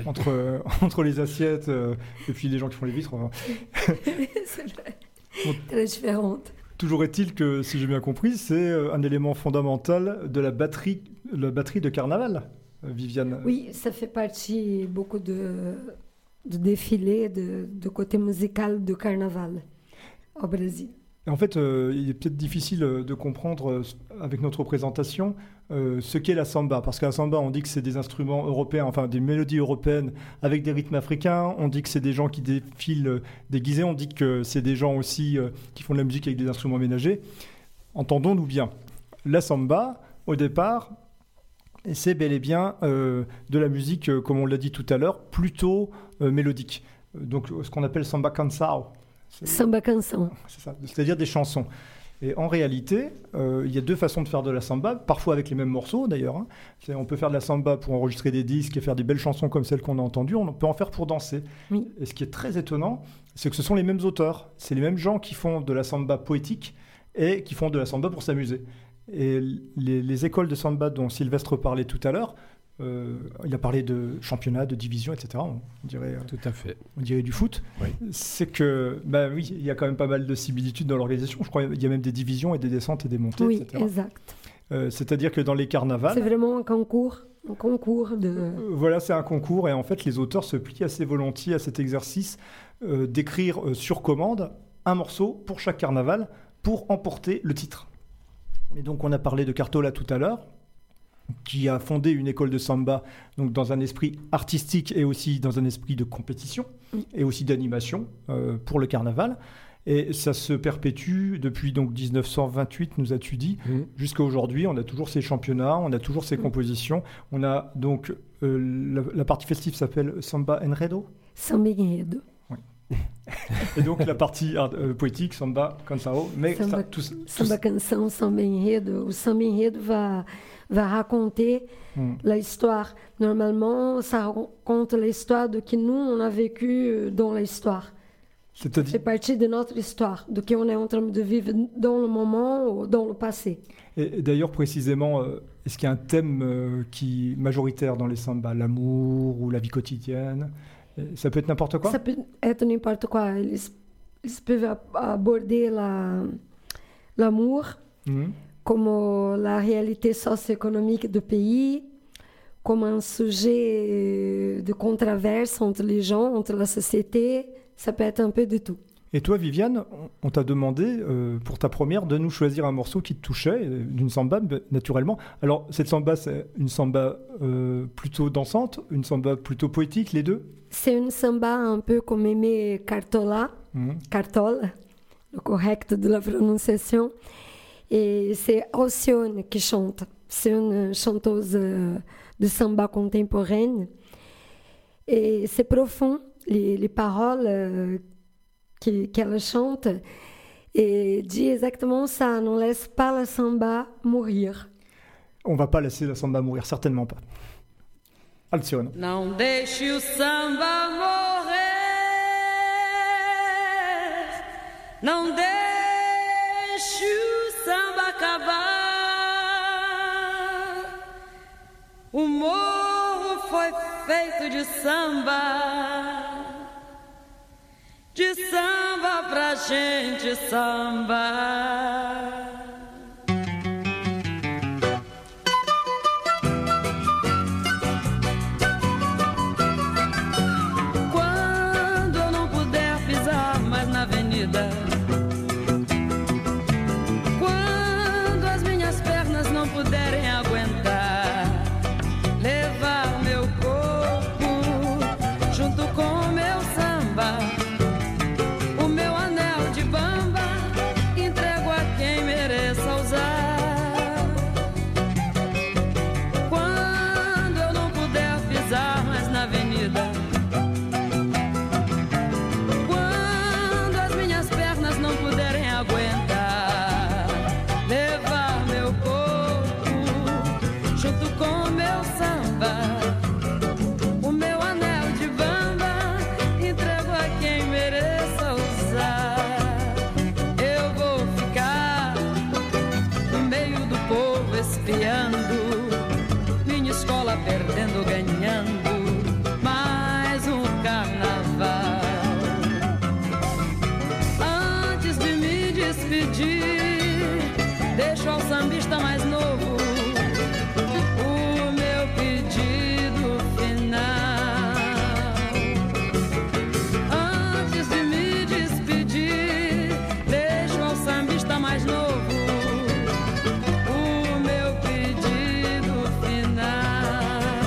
Entre les assiettes et puis les gens qui font les vitres. C'est vrai. Très différente. Toujours est-il que, si j'ai bien compris, c'est un élément fondamental de la batterie de carnaval, Viviane. Oui, ça fait partie beaucoup de défilés, de côté musical de carnaval au Brésil. Et en fait, il est peut-être difficile de comprendre avec notre présentation ce qu'est la samba. Parce que la samba, on dit que c'est des instruments européens, enfin des mélodies européennes avec des rythmes africains. On dit que c'est des gens qui défilent déguisés. On dit que c'est des gens aussi qui font de la musique avec des instruments ménagers. Entendons-nous bien. La samba, au départ, c'est bel et bien de la musique, comme on l'a dit tout à l'heure, plutôt mélodique. Donc ce qu'on appelle samba canção. Samba canção. C'est ça, c'est-à-dire des chansons. Et en réalité, il y a deux façons de faire de la samba, parfois avec les mêmes morceaux d'ailleurs. On peut faire de la samba pour enregistrer des disques et faire des belles chansons comme celles qu'on a entendues. On peut en faire pour danser. Oui. Et ce qui est très étonnant, c'est que ce sont les mêmes auteurs. C'est les mêmes gens qui font de la samba poétique et qui font de la samba pour s'amuser. Et les écoles de samba dont Sylvestre parlait tout à l'heure, il a parlé de championnat, de division, etc. On dirait, tout à fait. On dirait du foot. Oui. C'est que, oui, il y a quand même pas mal de similitudes dans l'organisation. Je crois qu'il y a même des divisions et des descentes et des montées, oui, etc. Exact. C'est-à-dire que dans les carnavals... C'est vraiment un concours de... Voilà, c'est un concours. Et en fait, les auteurs se plient assez volontiers à cet exercice d'écrire sur commande un morceau pour chaque carnaval pour emporter le titre. Et donc on a parlé de Cartola tout à l'heure, qui a fondé une école de samba donc dans un esprit artistique et aussi dans un esprit de compétition et aussi d'animation pour le carnaval. Et ça se perpétue depuis donc 1928, nous as-tu dit, jusqu'à aujourd'hui. On a toujours ces championnats, on a toujours ces compositions. On a donc la partie festive s'appelle Samba Enredo. Samba Enredo. Oui. Et donc la partie poétique, Samba Canção. Mais Samba Canção, Samba Enredo. O Samba Enredo va raconter l'histoire. Normalement, ça raconte l'histoire de que nous, on a vécu dans l'histoire. C'est-à-dire... C'est partie de notre histoire, de qu'on est en train de vivre dans le moment ou dans le passé. Et d'ailleurs, précisément, est-ce qu'il y a un thème qui est majoritaire dans les sambas, l'amour ou la vie quotidienne? Ça peut être n'importe quoi? Ça peut être n'importe quoi. Ils peuvent aborder l'amour comme la réalité socio-économique du pays, comme un sujet de controverse entre les gens, entre la société. Ça peut être un peu de tout. Et toi, Viviane, on t'a demandé, pour ta première, de nous choisir un morceau qui te touchait, d'une samba, naturellement. Alors, cette samba, c'est une samba plutôt dansante, une samba plutôt poétique, les deux? C'est une samba un peu comme aimait Cartola, Cartola, le correct de la prononciation. Et c'est Alcione qui chante. C'est une chanteuse de samba contemporaine. Et c'est profond. Les paroles qu'elle chante et dit exactement ça, ne laisse pas la samba mourir. On ne va pas laisser la samba mourir, certainement pas. Alcione. Não deixe o samba morrer, não deixe o samba acabar. O morro foi feito de samba pra gente sambar. Quando eu não puder pisar mais na avenida, quando as minhas pernas não puderem aguentar, levar meu corpo junto com meu samba, o meu anel de bamba, entrego a quem mereça usar. Quando eu não puder pisar mais na avenida, quando as minhas pernas não puderem aguentar, levar meu corpo junto com meu samba, o meu anel de bamba, entrego a quem mereça usar. Eu vou ficar no meio do povo espiando, minha escola perdendo, ganhando mais um carnaval. Antes de me despedir, deixo ao sambista mais novo o meu pedido final. Antes de me despedir, deixo ao sambista mais novo o meu pedido final.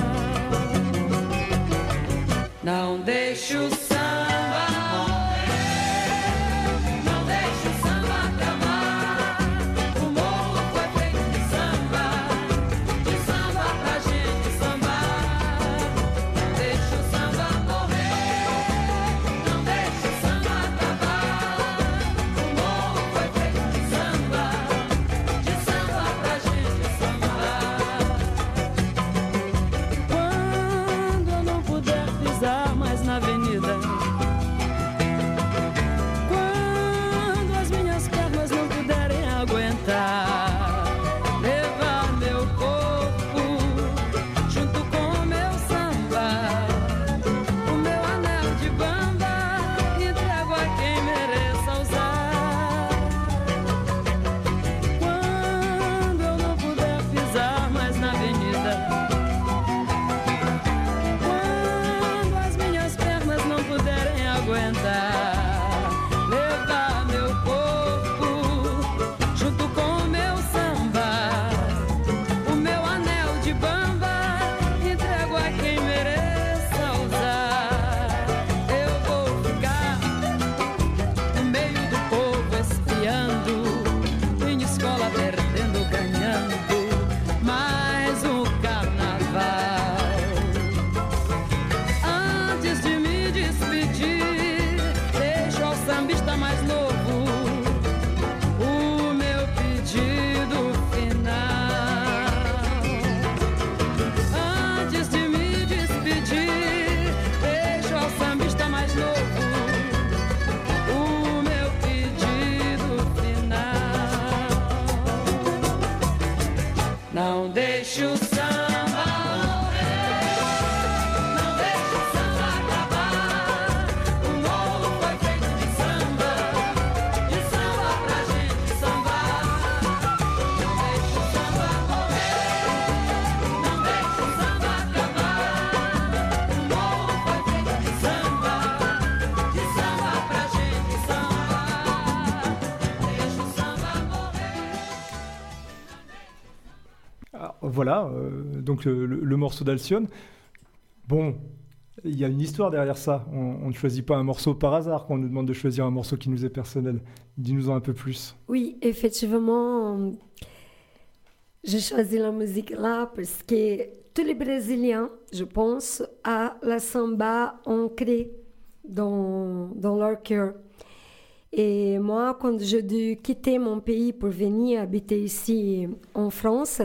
Não deixe o samba morrer, não deixe o samba acabar. O morro foi feito de samba pra gente sambar. Não deixe o samba morrer, não deixe o samba acabar. O morro foi feito de samba pra gente sambar. Quando eu não puder pisar mais na avenida, deixe o samba morrer, não deixe o samba acabar. O morro foi feito de samba pra gente sambar. Não deixe o samba morrer, não deixe o samba acabar. O morro foi feito de samba pra gente sambar. Deixe o samba morrer. Alors, voilà, donc le morceau d'Alcyone. Bon, il y a une histoire derrière ça. On ne choisit pas un morceau par hasard quand on nous demande de choisir un morceau qui nous est personnel. Dis-nous-en un peu plus. Oui, effectivement, j'ai choisi la musique là parce que tous les Brésiliens, je pense, ont la samba ancrée dans leur cœur. Et moi, quand j'ai dû quitter mon pays pour venir habiter ici en France,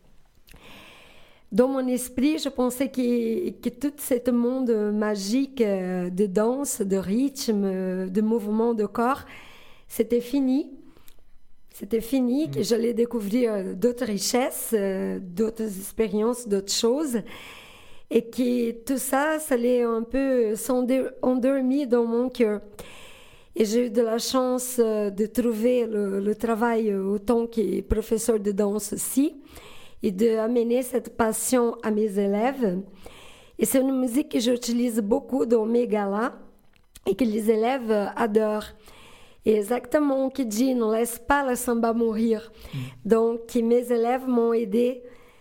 dans mon esprit, je pensais que tout ce monde magique de danse, de rythme, de mouvement de corps, c'était fini. C'était fini, que j'allais découvrir d'autres richesses, d'autres expériences, d'autres choses. Et que tout ça, ça allait un peu s'endormir dans mon cœur. Et j'ai eu de la chance de trouver le travail autant que professeur de danse aussi, et d'amener cette passion à mes élèves. Et c'est une musique que j'utilise beaucoup dans mes galas et que les élèves adorent. Et exactement, qui dit, ne laisse pas la samba mourir. Donc, mes élèves m'ont aidé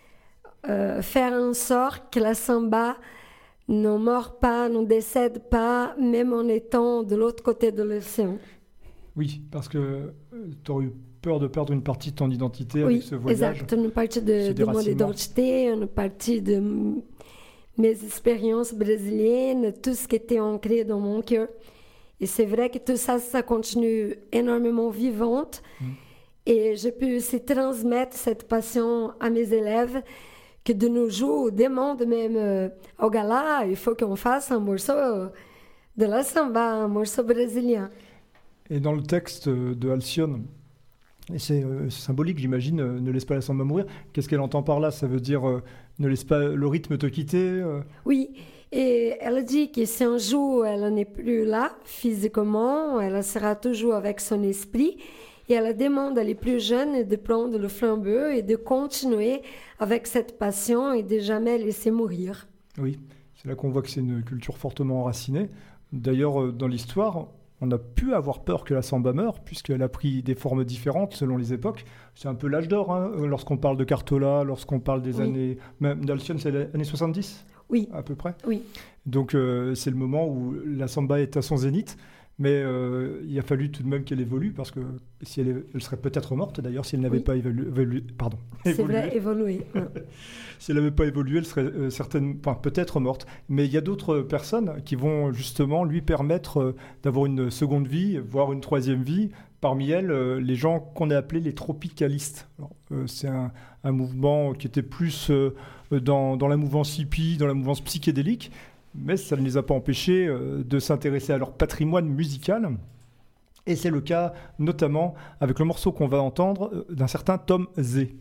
à faire en sorte que la samba ne meurt pas, ne décède pas, même en étant de l'autre côté de l'océan. Oui, parce que tu aurais eu peur de perdre une partie de ton identité avec ce voyage. Exact, une partie de mon identité, une partie de mes expériences brésiliennes, tout ce qui était ancré dans mon cœur. Et c'est vrai que tout ça, ça continue énormément vivante. Et j'ai pu aussi transmettre cette passion à mes élèves, que de nos jours, demandent même au gala, il faut qu'on fasse un morceau de la samba, un morceau brésilien. Et dans le texte de Alcyone, et c'est symbolique, j'imagine, ne laisse pas la samba mourir. Qu'est-ce qu'elle entend par là? Ça veut dire ne laisse pas le rythme te quitter Oui, et elle dit que si un jour elle n'est plus là physiquement, elle sera toujours avec son esprit. Et elle demande à les plus jeunes de prendre le flambeau et de continuer avec cette passion et de jamais laisser mourir. Oui, c'est là qu'on voit que c'est une culture fortement enracinée. D'ailleurs, dans l'histoire, on a pu avoir peur que la samba meure, puisqu'elle a pris des formes différentes selon les époques. C'est un peu l'âge d'or, hein, lorsqu'on parle de Cartola, lorsqu'on parle des années... Même d'Alcyone, c'est les années 70 ? Oui. À peu près ? Oui. Donc, c'est le moment où la samba est à son zénith. Mais il a fallu tout de même qu'elle évolue, parce que si elle serait peut-être morte, d'ailleurs, si elle n'avait pas évolué. C'est vrai, évolué. Si elle n'avait pas évolué, elle serait peut-être morte. Mais il y a d'autres personnes qui vont justement lui permettre d'avoir une seconde vie, voire une troisième vie. Parmi elles, les gens qu'on a appelés les tropicalistes. Alors, c'est un mouvement qui était plus dans la mouvance hippie, dans la mouvance psychédélique. Mais ça ne les a pas empêchés de s'intéresser à leur patrimoine musical. Et c'est le cas notamment avec le morceau qu'on va entendre d'un certain Tom Zé.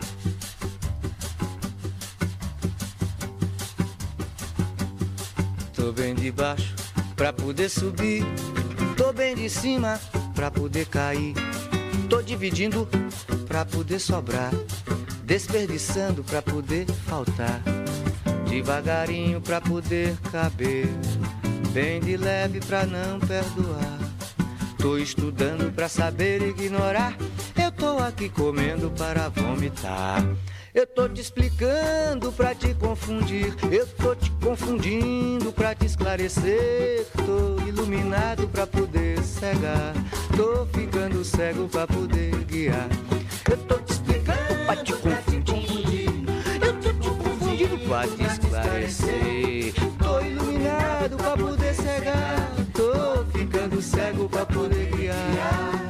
Tô bem de baixo pra poder subir, tô bem de cima pra poder cair, tô dividindo pra poder sobrar, desperdiçando pra poder faltar. Devagarinho pra poder caber, bem de leve pra não perdoar. Tô estudando pra saber ignorar, eu tô aqui comendo para vomitar. Eu tô te explicando pra te confundir, eu tô te confundindo pra te esclarecer. Tô iluminado pra poder cegar, tô ficando cego pra poder guiar. Eu tô te explicando pra te confundir, eu tô te confundindo pra te esclarecer. Tô iluminado pra poder cegar, tô ficando cego pra poder guiar.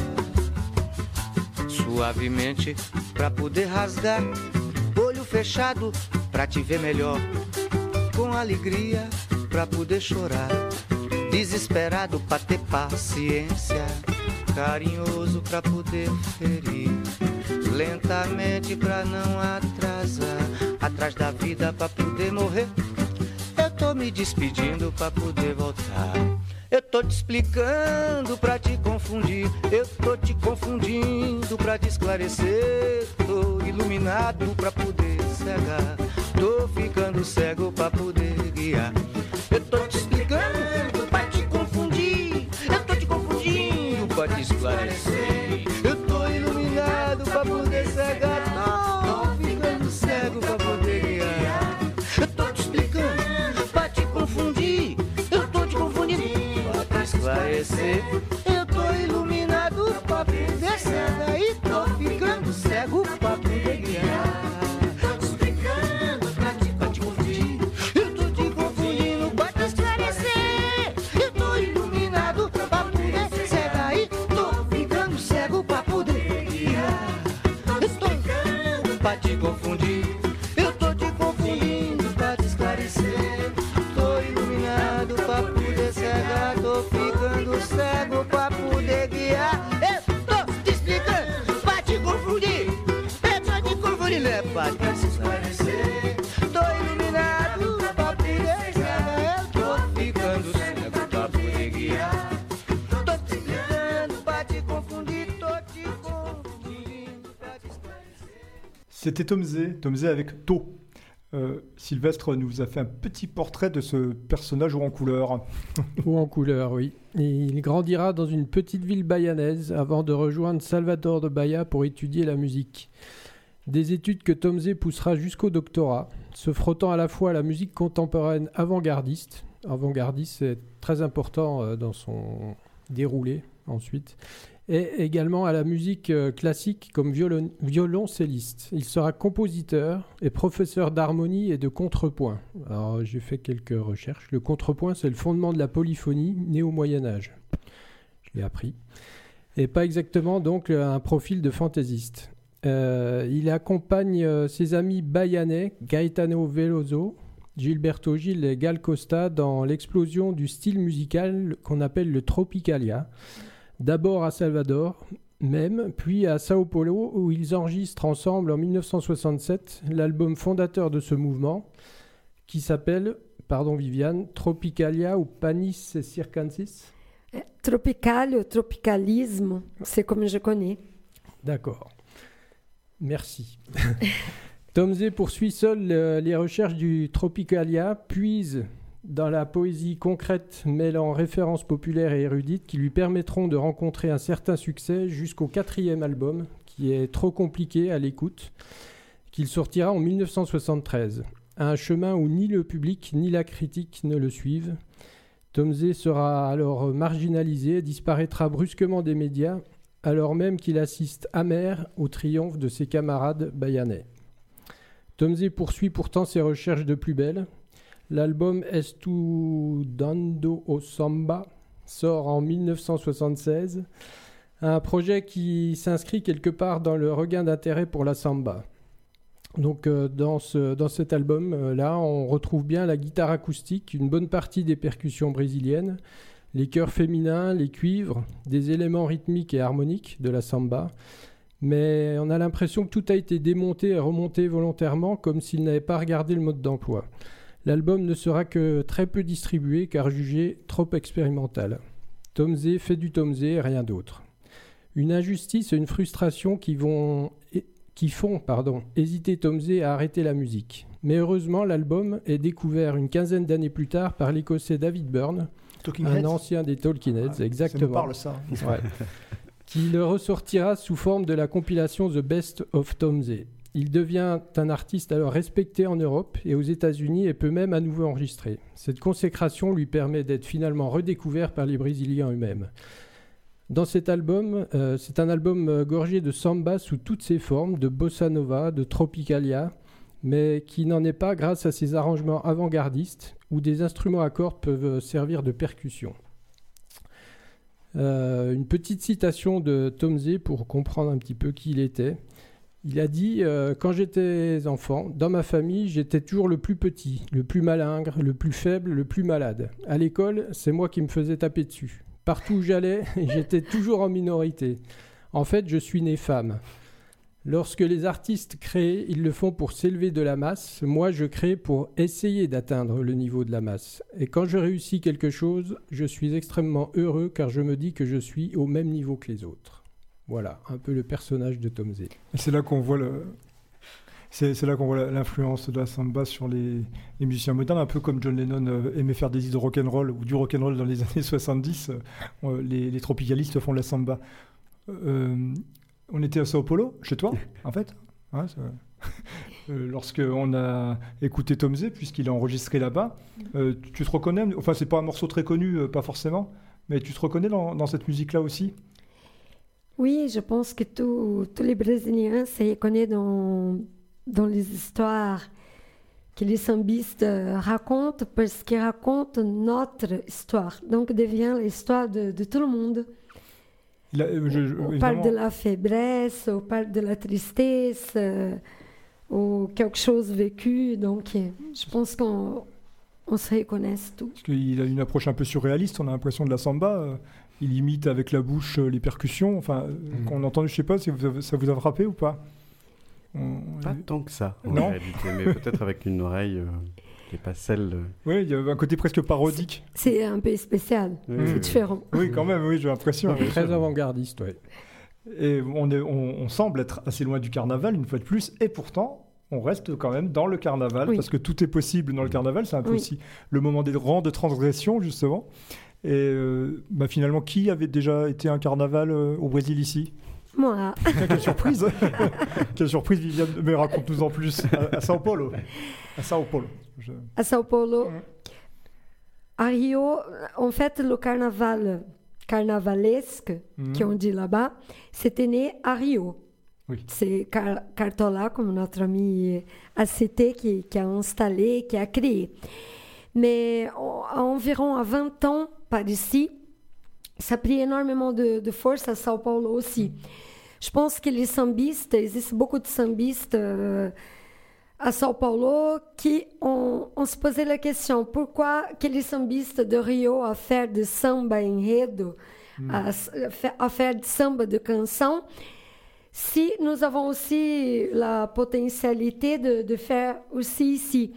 Suavemente pra poder rasgar, olho fechado pra te ver melhor, com alegria pra poder chorar, desesperado pra ter paciência, carinhoso pra poder ferir, lentamente pra não atrasar, atrás da vida pra poder morrer. Eu tô me despedindo pra poder voltar. Eu tô te explicando pra te confundir, eu tô te confundindo pra te esclarecer. Tô iluminado pra poder cegar, tô ficando cego pra poder guiar. Eu tô te explicando pra te confundir, eu tô te confundindo pra te esclarecer. Eu tô iluminado pra poder cegar, tô ficando cego pra poder guiar. Eu tô te explicando pra te confundir, eu tô te confundindo pra te esclarecer. Eu tô iluminado pra poder cegar e tô ficando cego pra poder guiar. Tô te explicando pra te confundir, eu tô te confundindo pra te esclarecer. Eu tô iluminado pra poder cegar e tô ficando cego pra poder guiar. Eu tô explicando pra te confundir, eu tô te confundindo pra te esclarecer. Tô iluminado pra poder cegar, tô ficando cego pra poder guiar. Eu tô te explicando pra te confundir, eu tô te confundindo é pra te esclarecer. Tô iluminado pra poder cegar, eu tô ficando cego pra poder guiar. Tô te explicando pra te confundir, tô te confundindo pra te esclarecer. C'était Tom Zé avec To. Sylvestre nous a fait un petit portrait de ce personnage haut en couleur. Ou en couleur, oui. Et il grandira dans une petite ville bayanaise avant de rejoindre Salvador de Bahia pour étudier la musique. Des études que Tom Zé poussera jusqu'au doctorat, se frottant à la fois à la musique contemporaine avant-gardiste. Avant-gardiste, c'est très important dans son déroulé ensuite. Et également à la musique classique comme violoncelliste. Il sera compositeur et professeur d'harmonie et de contrepoint. Alors j'ai fait quelques recherches. Le contrepoint, c'est le fondement de la polyphonie née au Moyen-Âge. Je l'ai appris. Et pas exactement donc un profil de fantaisiste. Il accompagne ses amis bayanais, Gaetano Veloso, Gilberto Gil et Gal Costa dans l'explosion du style musical qu'on appelle le Tropicalia. D'abord à Salvador même, puis à Sao Paulo où ils enregistrent ensemble en 1967 l'album fondateur de ce mouvement qui s'appelle, pardon Viviane, Tropicalia ou Panis et Circenses. Tropical, tropicalisme, c'est comme je connais. D'accord. Merci. Tom Zé poursuit seul les recherches du Tropicalia, puise dans la poésie concrète mêlant références populaires et érudites qui lui permettront de rencontrer un certain succès jusqu'au 4e album, qui est trop compliqué à l'écoute, qu'il sortira en 1973. Un chemin où ni le public ni la critique ne le suivent. Tom Zé sera alors marginalisé et disparaîtra brusquement des médias, alors même qu'il assiste amer au triomphe de ses camarades bayanais. Tom Zé poursuit pourtant ses recherches de plus belle. L'album Estudando o Samba sort en 1976, un projet qui s'inscrit quelque part dans le regain d'intérêt pour la samba. Donc dans cet album-là, on retrouve bien la guitare acoustique, une bonne partie des percussions brésiliennes, les chœurs féminins, les cuivres, des éléments rythmiques et harmoniques de la samba. Mais on a l'impression que tout a été démonté et remonté volontairement, comme s'il n'avait pas regardé le mode d'emploi. L'album ne sera que très peu distribué car jugé trop expérimental. Tom Zé fait du Tom Zé et rien d'autre. Une injustice et une frustration qui font hésiter Tom Zé à arrêter la musique. Mais heureusement, l'album est découvert une quinzaine d'années plus tard par l'Écossais David Byrne, un ancien des Talking Heads, exactement. Ça nous parle ça. Ouais. Qui le ressortira sous forme de la compilation The Best of Tom Zé. Il devient un artiste alors respecté en Europe et aux États-Unis et peut même à nouveau enregistrer. Cette consécration lui permet d'être finalement redécouvert par les Brésiliens eux-mêmes. Dans cet album, c'est un album gorgé de samba sous toutes ses formes, de bossa nova, de tropicalia, mais qui n'en est pas grâce à ses arrangements avant-gardistes où des instruments à cordes peuvent servir de percussion. Une petite citation de Tom Zé pour comprendre un petit peu qui il était. Il a dit « Quand j'étais enfant, dans ma famille, j'étais toujours le plus petit, le plus malingre, le plus faible, le plus malade. À l'école, c'est moi qui me faisais taper dessus. partout où j'allais, j'étais toujours en minorité. En fait, je suis né femme. Lorsque les artistes créent, ils le font pour s'élever de la masse. Moi, je crée pour essayer d'atteindre le niveau de la masse. Et quand je réussis quelque chose, je suis extrêmement heureux car je me dis que je suis au même niveau que les autres. Voilà, un peu le personnage de Tom Zé. Et c'est là qu'on voit c'est là qu'on voit l'influence de la samba sur les musiciens modernes, un peu comme John Lennon aimait faire des îles de rock'n'roll ou du rock'n'roll dans les années 70. Les tropicalistes font la samba. On était à Sao Paulo, chez toi, en fait. Ouais, lorsqu'on a écouté Tom Zé, puisqu'il a enregistré là-bas, tu te reconnais, enfin c'est pas un morceau très connu, pas forcément, mais tu te reconnais dans cette musique-là aussi? Oui, je pense que tous les Brésiliens se reconnaissent dans les histoires que les sambistes racontent, parce qu'ils racontent notre histoire. Donc devient l'histoire de tout le monde. On parle de la faiblesse, on parle de la tristesse, ou quelque chose vécu. Donc, je pense qu'on se reconnaît tous. Parce qu'il a une approche un peu surréaliste. On a l'impression de la samba. Il imite avec la bouche les percussions. Enfin, qu'on entend, je ne sais pas si ça vous a frappé ou pas. Pas tant que ça, en réalité, mais peut-être avec une oreille qui n'est pas celle... Oui, il y a un côté presque parodique. C'est un peu spécial, c'est différent. Oui, quand même, oui, j'ai l'impression. Très avant-gardiste, oui. Et on semble être assez loin du carnaval, une fois de plus, et pourtant, on reste quand même dans le carnaval, parce que tout est possible dans le carnaval. C'est un peu aussi le moment des rangs de transgression, justement. Et finalement, qui avait déjà été un carnaval au Brésil ici ? Moi. Quelle surprise. Quelle surprise, Viviane. Mais raconte-nous en plus. À Sao Paulo. À Sao Paulo. À Sao Paulo. À Rio, en fait, le carnavalesque, qu'on dit là-bas, c'était né à Rio. Oui. C'est Cartola, comme notre ami a cité, qui a installé, qui a créé. Mais environ à 20 ans, par ici, ça a pris énormément de force à Sao Paulo aussi. Je pense que les sambistes, il existe beaucoup de sambistes à Sao Paulo qui ont se posé la question, pourquoi que les sambistes de Rio a faire de samba enredo, a faire de samba de canção, si nous avons aussi la potentialité de faire aussi ici.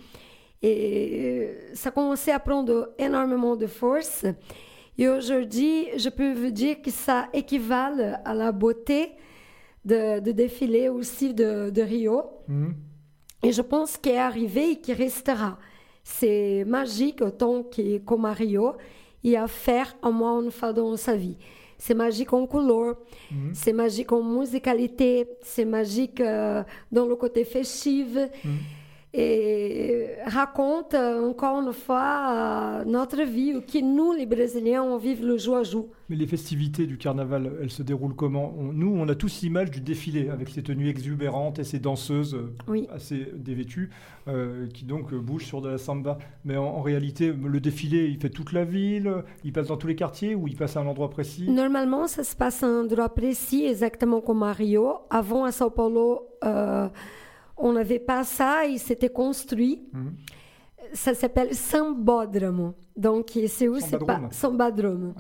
Et ça a commencé à prendre énormément de force. Et aujourd'hui, je peux vous dire que ça équivaut à la beauté de défilé aussi de Rio. Et je pense qu'il est arrivé et qu'il restera. C'est magique autant que comme à Rio, et à faire au moins une fois dans sa vie. C'est magique en couleur, c'est magique en musicalité, c'est magique dans le côté festif. Et raconte encore une fois notre vie, que nous, les Brésiliens, on vit le jour à jour. Mais les festivités du carnaval, elles se déroulent comment ? Nous, on a tous l'image du défilé, avec ces tenues exubérantes et ces danseuses assez dévêtues, qui donc bougent sur de la samba. Mais en réalité, le défilé, il fait toute la ville, il passe dans tous les quartiers, ou il passe à un endroit précis ? Normalement, ça se passe à un endroit précis, exactement comme à Rio. Avant, à Sao Paulo... on n'avait pas ça, il s'était construit. Ça s'appelle Sambódromo. Donc, c'est où se passe Sambadromo.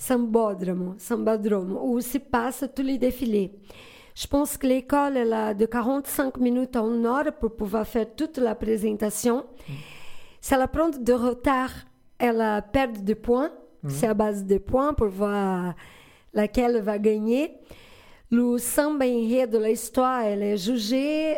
Sambódromo, où se passe tous les défilés. Je pense que l'école elle a de 45 minutes à 1 heure pour pouvoir faire toute la présentation. Si elle prend de retard, elle perd de points. C'est à base de points pour voir laquelle va gagner. Le samba enredo, l'histoire, elle est jugée.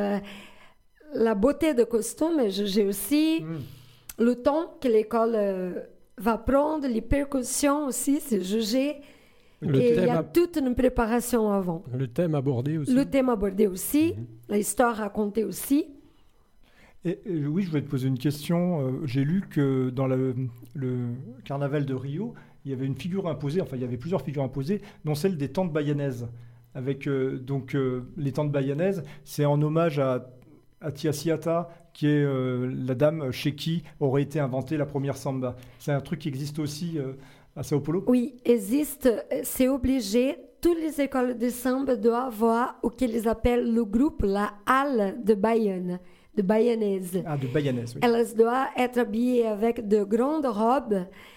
La beauté de costume est jugée aussi. Le temps que l'école va prendre, les percussions aussi, c'est jugé. Et il y a toute une préparation avant. Le thème abordé aussi. Le thème abordé aussi. L'histoire racontée aussi. Et oui, je voulais te poser une question. J'ai lu que dans le carnaval de Rio, il y avait une figure imposée, enfin il y avait plusieurs figures imposées, dont celle des tantes bayanaises. Avec les tantes bayanaises, c'est en hommage à Tia Ciata, qui est la dame chez qui aurait été inventée la première samba. C'est un truc qui existe aussi à Sao Paulo ? Oui, existe, c'est obligé. Toutes les écoles de samba doivent avoir ce qu'ils appellent le groupe, la halle de baiane. De baianaises. Ah, de baianaises, oui. Elles doivent être habillées avec de grandes robes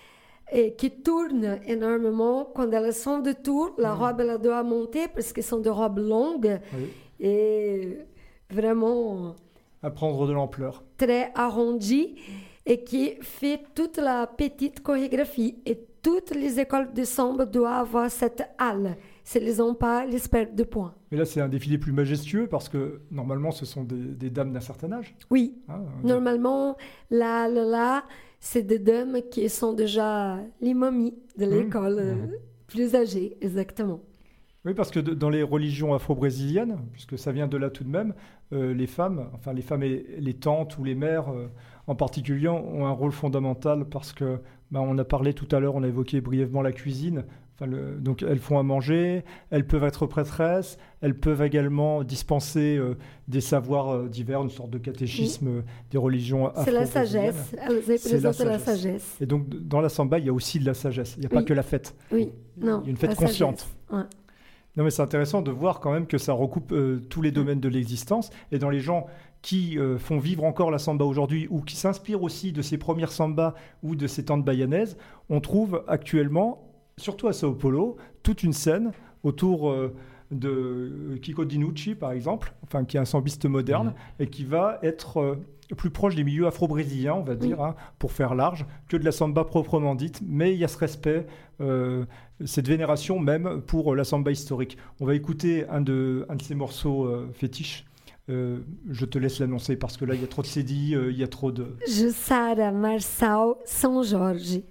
et qui tournent énormément. Quand elles sont de tour, la robe elle doit monter parce que ce sont des robes longues et vraiment à prendre de l'ampleur. Très arrondies et qui fait toute la petite chorégraphie. Et toutes les écoles de samba doivent avoir cette halle. S'ils les ont pas, ils perdent 2 points. Mais là, c'est un défilé plus majestueux parce que normalement, ce sont des dames d'un certain âge. Oui. Normalement, là, c'est des dames qui sont déjà les mamies de l'école, plus âgées, exactement. Oui, parce que dans les religions afro-brésiliennes, puisque ça vient de là tout de même, les femmes et les tantes ou les mères en particulier ont un rôle fondamental parce que on a parlé tout à l'heure, on a évoqué brièvement la cuisine. Donc elles font à manger, elles peuvent être prêtresses, elles peuvent également dispenser des savoirs divers, une sorte de catéchisme des religions afro-brésiliennes. C'est la sagesse, elles représentent la sagesse. Et donc dans la samba, il y a aussi de la sagesse, il n'y a pas que la fête. Oui, non. Il y a une fête consciente. Ouais. Non mais c'est intéressant de voir quand même que ça recoupe tous les domaines de l'existence. Et dans les gens qui font vivre encore la samba aujourd'hui ou qui s'inspirent aussi de ces premières sambas ou de ces tantes bayanaises, on trouve actuellement, surtout à Sao Paulo, toute une scène autour de Kiko Dinucci, par exemple, qui est un sambiste moderne et qui va être plus proche des milieux afro-brésiliens, on va dire, pour faire large, que de la samba proprement dite. Mais il y a ce respect, cette vénération même pour la samba historique. On va écouter un de ces morceaux fétiches. Je te laisse l'annoncer parce que là, il y a trop de CDI, il y a trop de... Jussara Marçal São Jorge.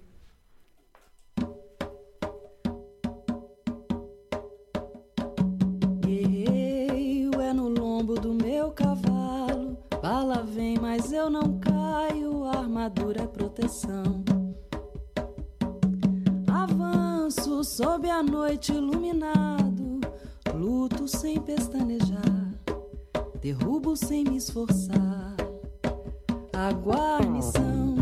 Bala vem, mas eu não caio, a armadura é proteção. Avanço sob a noite iluminado, luto sem pestanejar, derrubo sem me esforçar. A guarnição,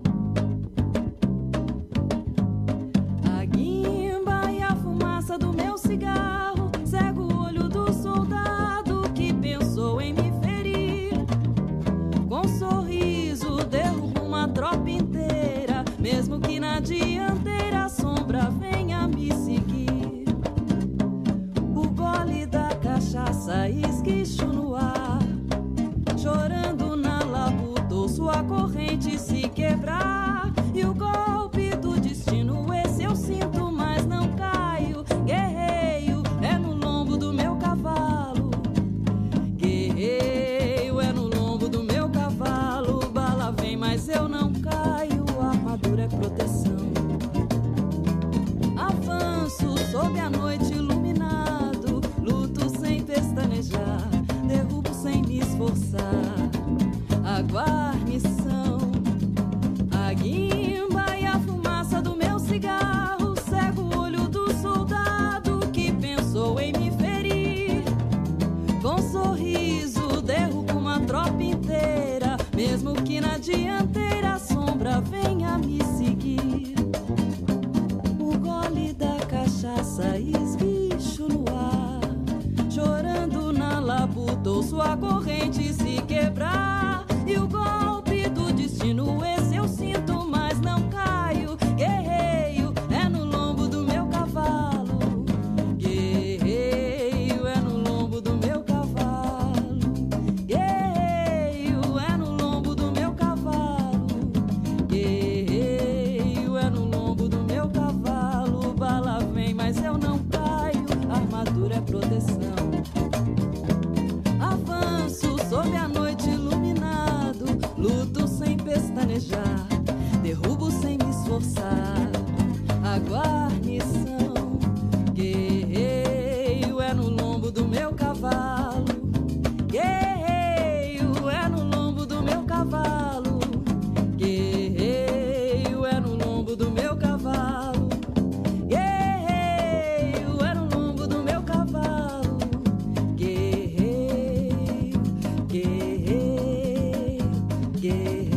a guimba e a fumaça do meu cigarro cega o olho do soldado que pensou em me com sorriso derruba uma tropa inteira, mesmo que na dianteira a sombra venha me seguir. O gole da cachaça esguicho no ar, chorando na labuta, sua corrente se quebrar. E o golpe do destino, esse eu sinto, mas não caio. Guerreio é no lombo do meu cavalo. Guerreio é no lombo do meu cavalo. Bala vem, mas eu não caio, a armadura é proteção. Avanço sob a noite iluminado, luto sem pestanejar, derrubo sem me esforçar. A guarnição, a guimba e a fumaça do meu cigarro cega o olho do soldado que pensou em me ferir. Com sorriso derrubo uma tropa inteira, mesmo que na dianteira a sombra venha me seguir. O gole da cachaça esguicho no ar, chorando na labuta, sua corrente se quebrar. E o golpe do destino, esse eu sinto, mas não caio. Guerreio é no lombo do meu cavalo. Guerreio é no lombo do meu cavalo. Guerreio é no lombo do meu cavalo. Guerreio é no lombo do meu cavalo. Bala vem, mas eu não caio, a armadura é proteção. Avanço sob a noite iluminado, luto sem pestanejar, derrubo sem me esforçar. A guarnição, guerreio é no lombo do meu cavalo. Guerreio é no lombo do meu cavalo. Guerreio é no lombo do meu cavalo. Guerreio é no lombo do meu cavalo. Guerreio, guerreio, guerreio.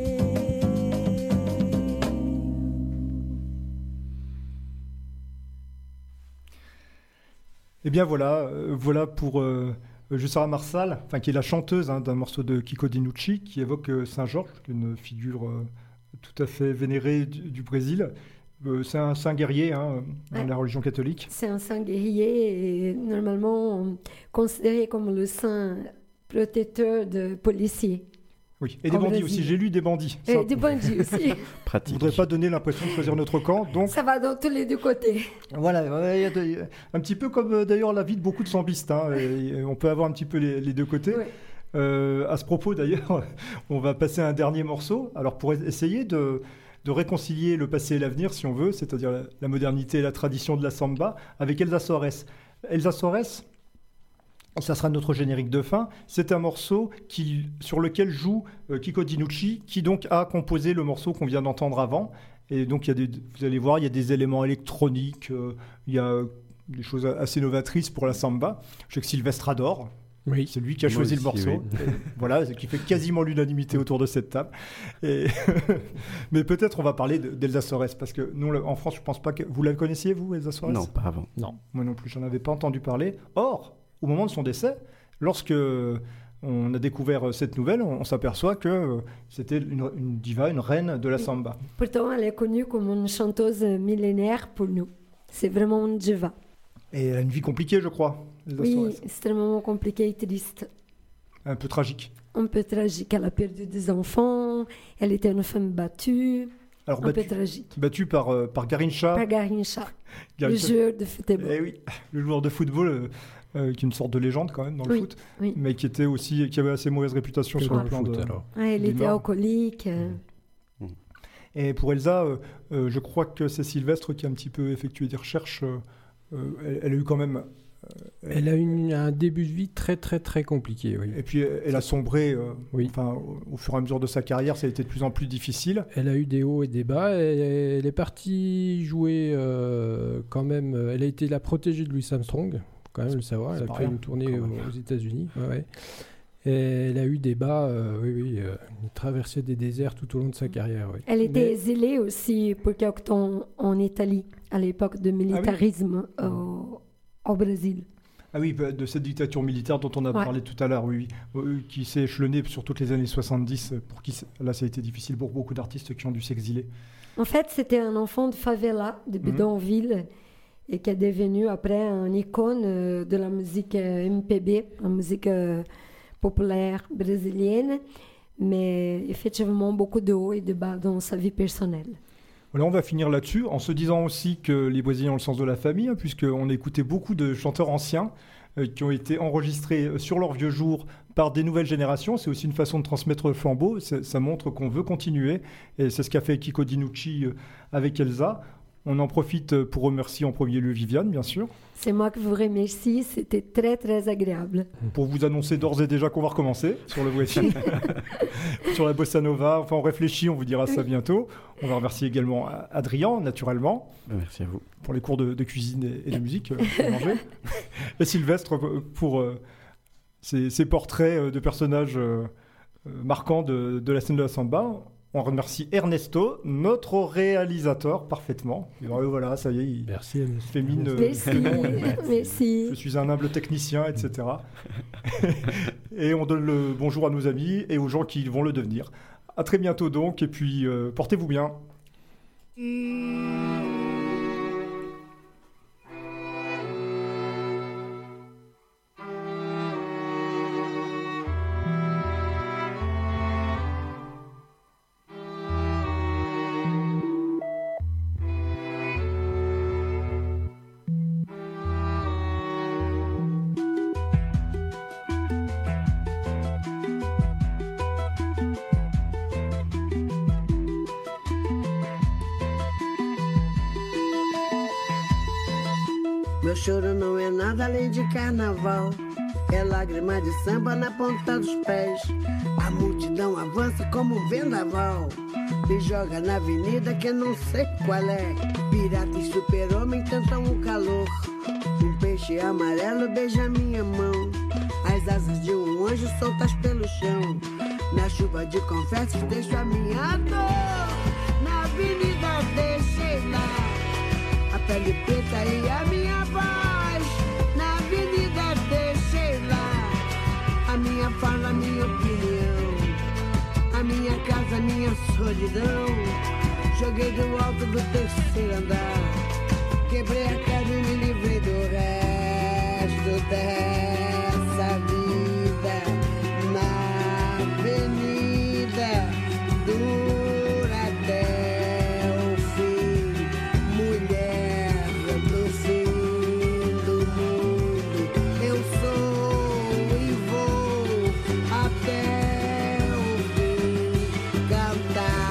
Eh bien voilà pour Jussara Marçal, qui est la chanteuse d'un morceau de Kiko Dinucci qui évoque Saint-Georges, une figure tout à fait vénérée du Brésil. C'est un saint guerrier dans Ouais. la religion catholique. C'est un saint guerrier et normalement considéré comme le saint protecteur de policiers. Oui, et des En bandits Brésil. aussi. J'ai lu des bandits. Et des bandits aussi. Je Pratique. voudrais pas donner l'impression de choisir notre camp, donc Ça va dans tous les deux côtés. voilà, il y a un petit peu comme d'ailleurs la vie de beaucoup de sambistes. Et on peut avoir un petit peu les deux côtés. Oui. À ce propos, d'ailleurs, on va passer à un dernier morceau. Alors, pour essayer de réconcilier le passé et l'avenir, si on veut, c'est-à-dire la modernité et la tradition de la samba, avec Elsa Soares. Elsa Soares, ça sera notre générique de fin. C'est un morceau sur lequel joue Kiko Dinucci, qui donc a composé le morceau qu'on vient d'entendre avant. Et donc, vous allez voir, il y a des éléments électroniques, il y a des choses assez novatrices pour la samba. Je sais que Sylvestre adore. Oui. C'est lui qui a Moi choisi aussi, le morceau. oui. Et voilà, qui fait quasiment l'unanimité autour de cette table. Mais peut-être on va parler d'Elsa Soares, parce que nous, en France, je pense pas que... Vous la connaissiez, vous, Elsa Soares? Non, pas avant. Non. Moi non plus, j'en avais pas entendu parler. Or, au moment de son décès, lorsque on a découvert cette nouvelle, on s'aperçoit que c'était une diva, une reine de la samba. Pourtant, elle est connue comme une chanteuse millénaire pour nous. C'est vraiment une diva. Et elle a une vie compliquée, je crois, Elsa Oui, Soares. extrêmement compliquée et triste. Un peu tragique. Un peu tragique. Elle a perdu des enfants. Elle était une femme battue. Alors, Un peu tragique. battue par Garincha. Par Garincha, le Garincha. joueur de football. Eh oui, le joueur de football, qui est une sorte de légende quand même dans le Oui, foot, oui. mais qui avait assez mauvaise réputation Que sur dans le le plan foot, de... alors. Ouais, elle du était Nord. alcoolique. Et pour Elsa, je crois que c'est Sylvestre qui a un petit peu effectué des recherches. Elle a eu quand même... Elle a eu un début de vie très très très compliqué, oui. Et puis elle a sombré, Oui. enfin, au fur et à mesure de sa carrière, ça a été de plus en plus difficile. Elle a eu des hauts et des bas. Elle est partie jouer quand même. Elle a été la protégée de Louis Armstrong, quand même le savoir. C'est Elle pas a fait rien, une tournée quand même. aux États-Unis. Ouais, ouais. Et elle a eu des bas, elle traversait des déserts tout au long de sa carrière. Oui. Elle était Mais- exilée aussi pour quelque temps en Italie, à l'époque de militarisme au Brésil. Ah oui, de cette dictature militaire dont on a Ouais. parlé tout à l'heure, oui, qui s'est échelonnée sur toutes les années 70, là ça a été difficile pour beaucoup d'artistes qui ont dû s'exiler. En fait, c'était un enfant de favela, de bidonville, et qui est devenu après un icône de la musique MPB, la musique populaire brésilienne, mais effectivement beaucoup de hauts et de bas dans sa vie personnelle. Voilà, on va finir là-dessus en se disant aussi que les Brésiliens ont le sens de la famille, puisqu'on a écouté beaucoup de chanteurs anciens qui ont été enregistrés sur leurs vieux jours par des nouvelles générations. C'est aussi une façon de transmettre le flambeau. Ça montre qu'on veut continuer. Et c'est ce qu'a fait Kiko Dinucci avec Elsa. On en profite pour remercier en premier lieu Viviane, bien sûr. C'est moi qui vous remercie, c'était très très agréable. Pour vous annoncer d'ores et déjà qu'on va recommencer sur le voici, sur la bossa nova. Enfin, on réfléchit, on vous dira ça bientôt. On va remercier également Adrien, naturellement. Merci à vous. Pour les cours de cuisine et de musique pour manger. Et Sylvestre pour ces portraits de personnages marquants de la scène de la samba. On remercie Ernesto, notre réalisateur, parfaitement. Et voilà, ça y est, il Merci, Ernesto. fait mine. Merci, merci. Je suis un humble technicien, etc. Et on donne le bonjour à nos amis et aux gens qui vont le devenir. À très bientôt donc, et puis portez-vous bien. Meu choro não é nada além de carnaval. É lágrima de samba na ponta dos pés. A multidão avança como um vendaval. Me joga na avenida que eu não sei qual é. Pirata e super-homem tentam o calor. Um peixe amarelo beija minha mão. As asas de um anjo soltas pelo chão. Na chuva de confetes deixo a minha dor. Na avenida deixei lá a pele preta e a minha voz. Na avenida deixei lá a minha fala, a minha opinião. A minha casa, a minha solidão. Joguei do alto do terceiro andar. Quebrei a cara e me livrei do resto dessa vida. Na avenida dura até o fim. Mulher do fim do mundo. Eu sou e vou até o fim cantar.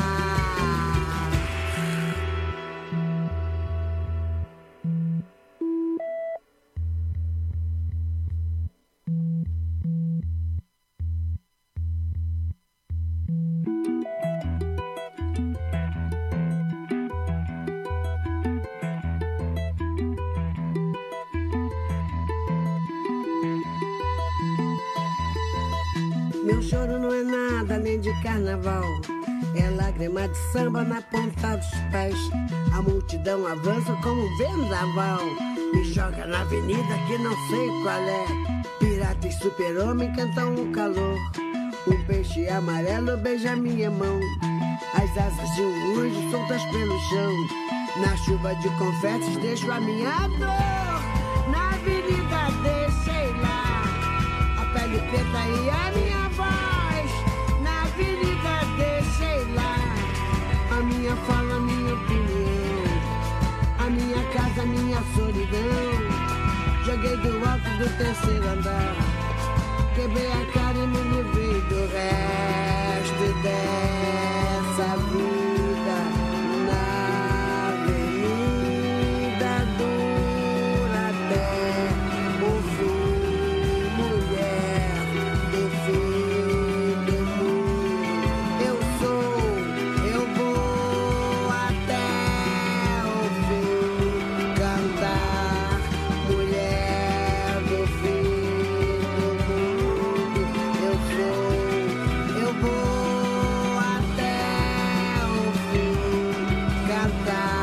Meu choro não é nada além de carnaval. É lágrima de samba na ponta dos pés. A multidão avança como um vendaval. Me joga na avenida que não sei qual é. Pirata e super-homem cantam o calor. Um peixe amarelo beija minha mão. As asas de um anjo soltas pelo chão. Na chuva de confetes deixo a minha dor. Na avenida deixei lá a pele preta e a minha voz. Na avenida deixei lá a minha fala, a minha opinião. A minha casa, a minha solidão. Joguei do alto do terceiro andar. Quebrei a cara e me livrei do resto dessa vida. Na avenida dura até o fim. Mulher do fim do mundo. Eu sou, eu vou até o fim cantar. Mulher do fim do mundo. Eu sou, eu vou até o fim cantar.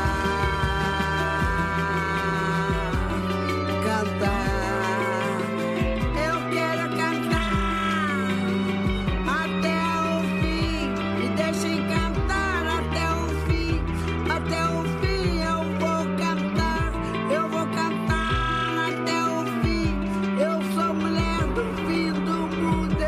Cantar. Eu quero cantar até o fim. Me deixem cantar até o fim. Até o fim eu vou cantar. Eu vou cantar até o fim. Eu sou mulher do fim do mundo.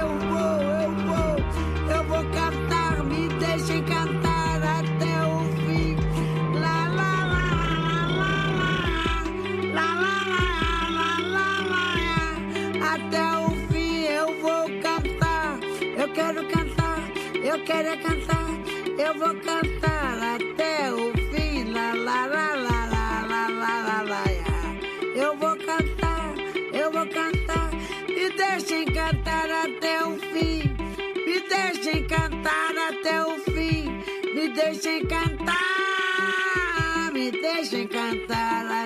Eu vou cantar. Me deixem cantar até o fim. La la la la la la la la la. Até o fim eu vou cantar. Eu quero cantar. Eu quero é cantar. Eu vou cantar até o fim. La la la la la la la la. Eu vou cantar. Eu vou cantar. Me deixem cantar até o fim. Me deixem cantar até o fim. Me deixem cantar. Me deixem cantar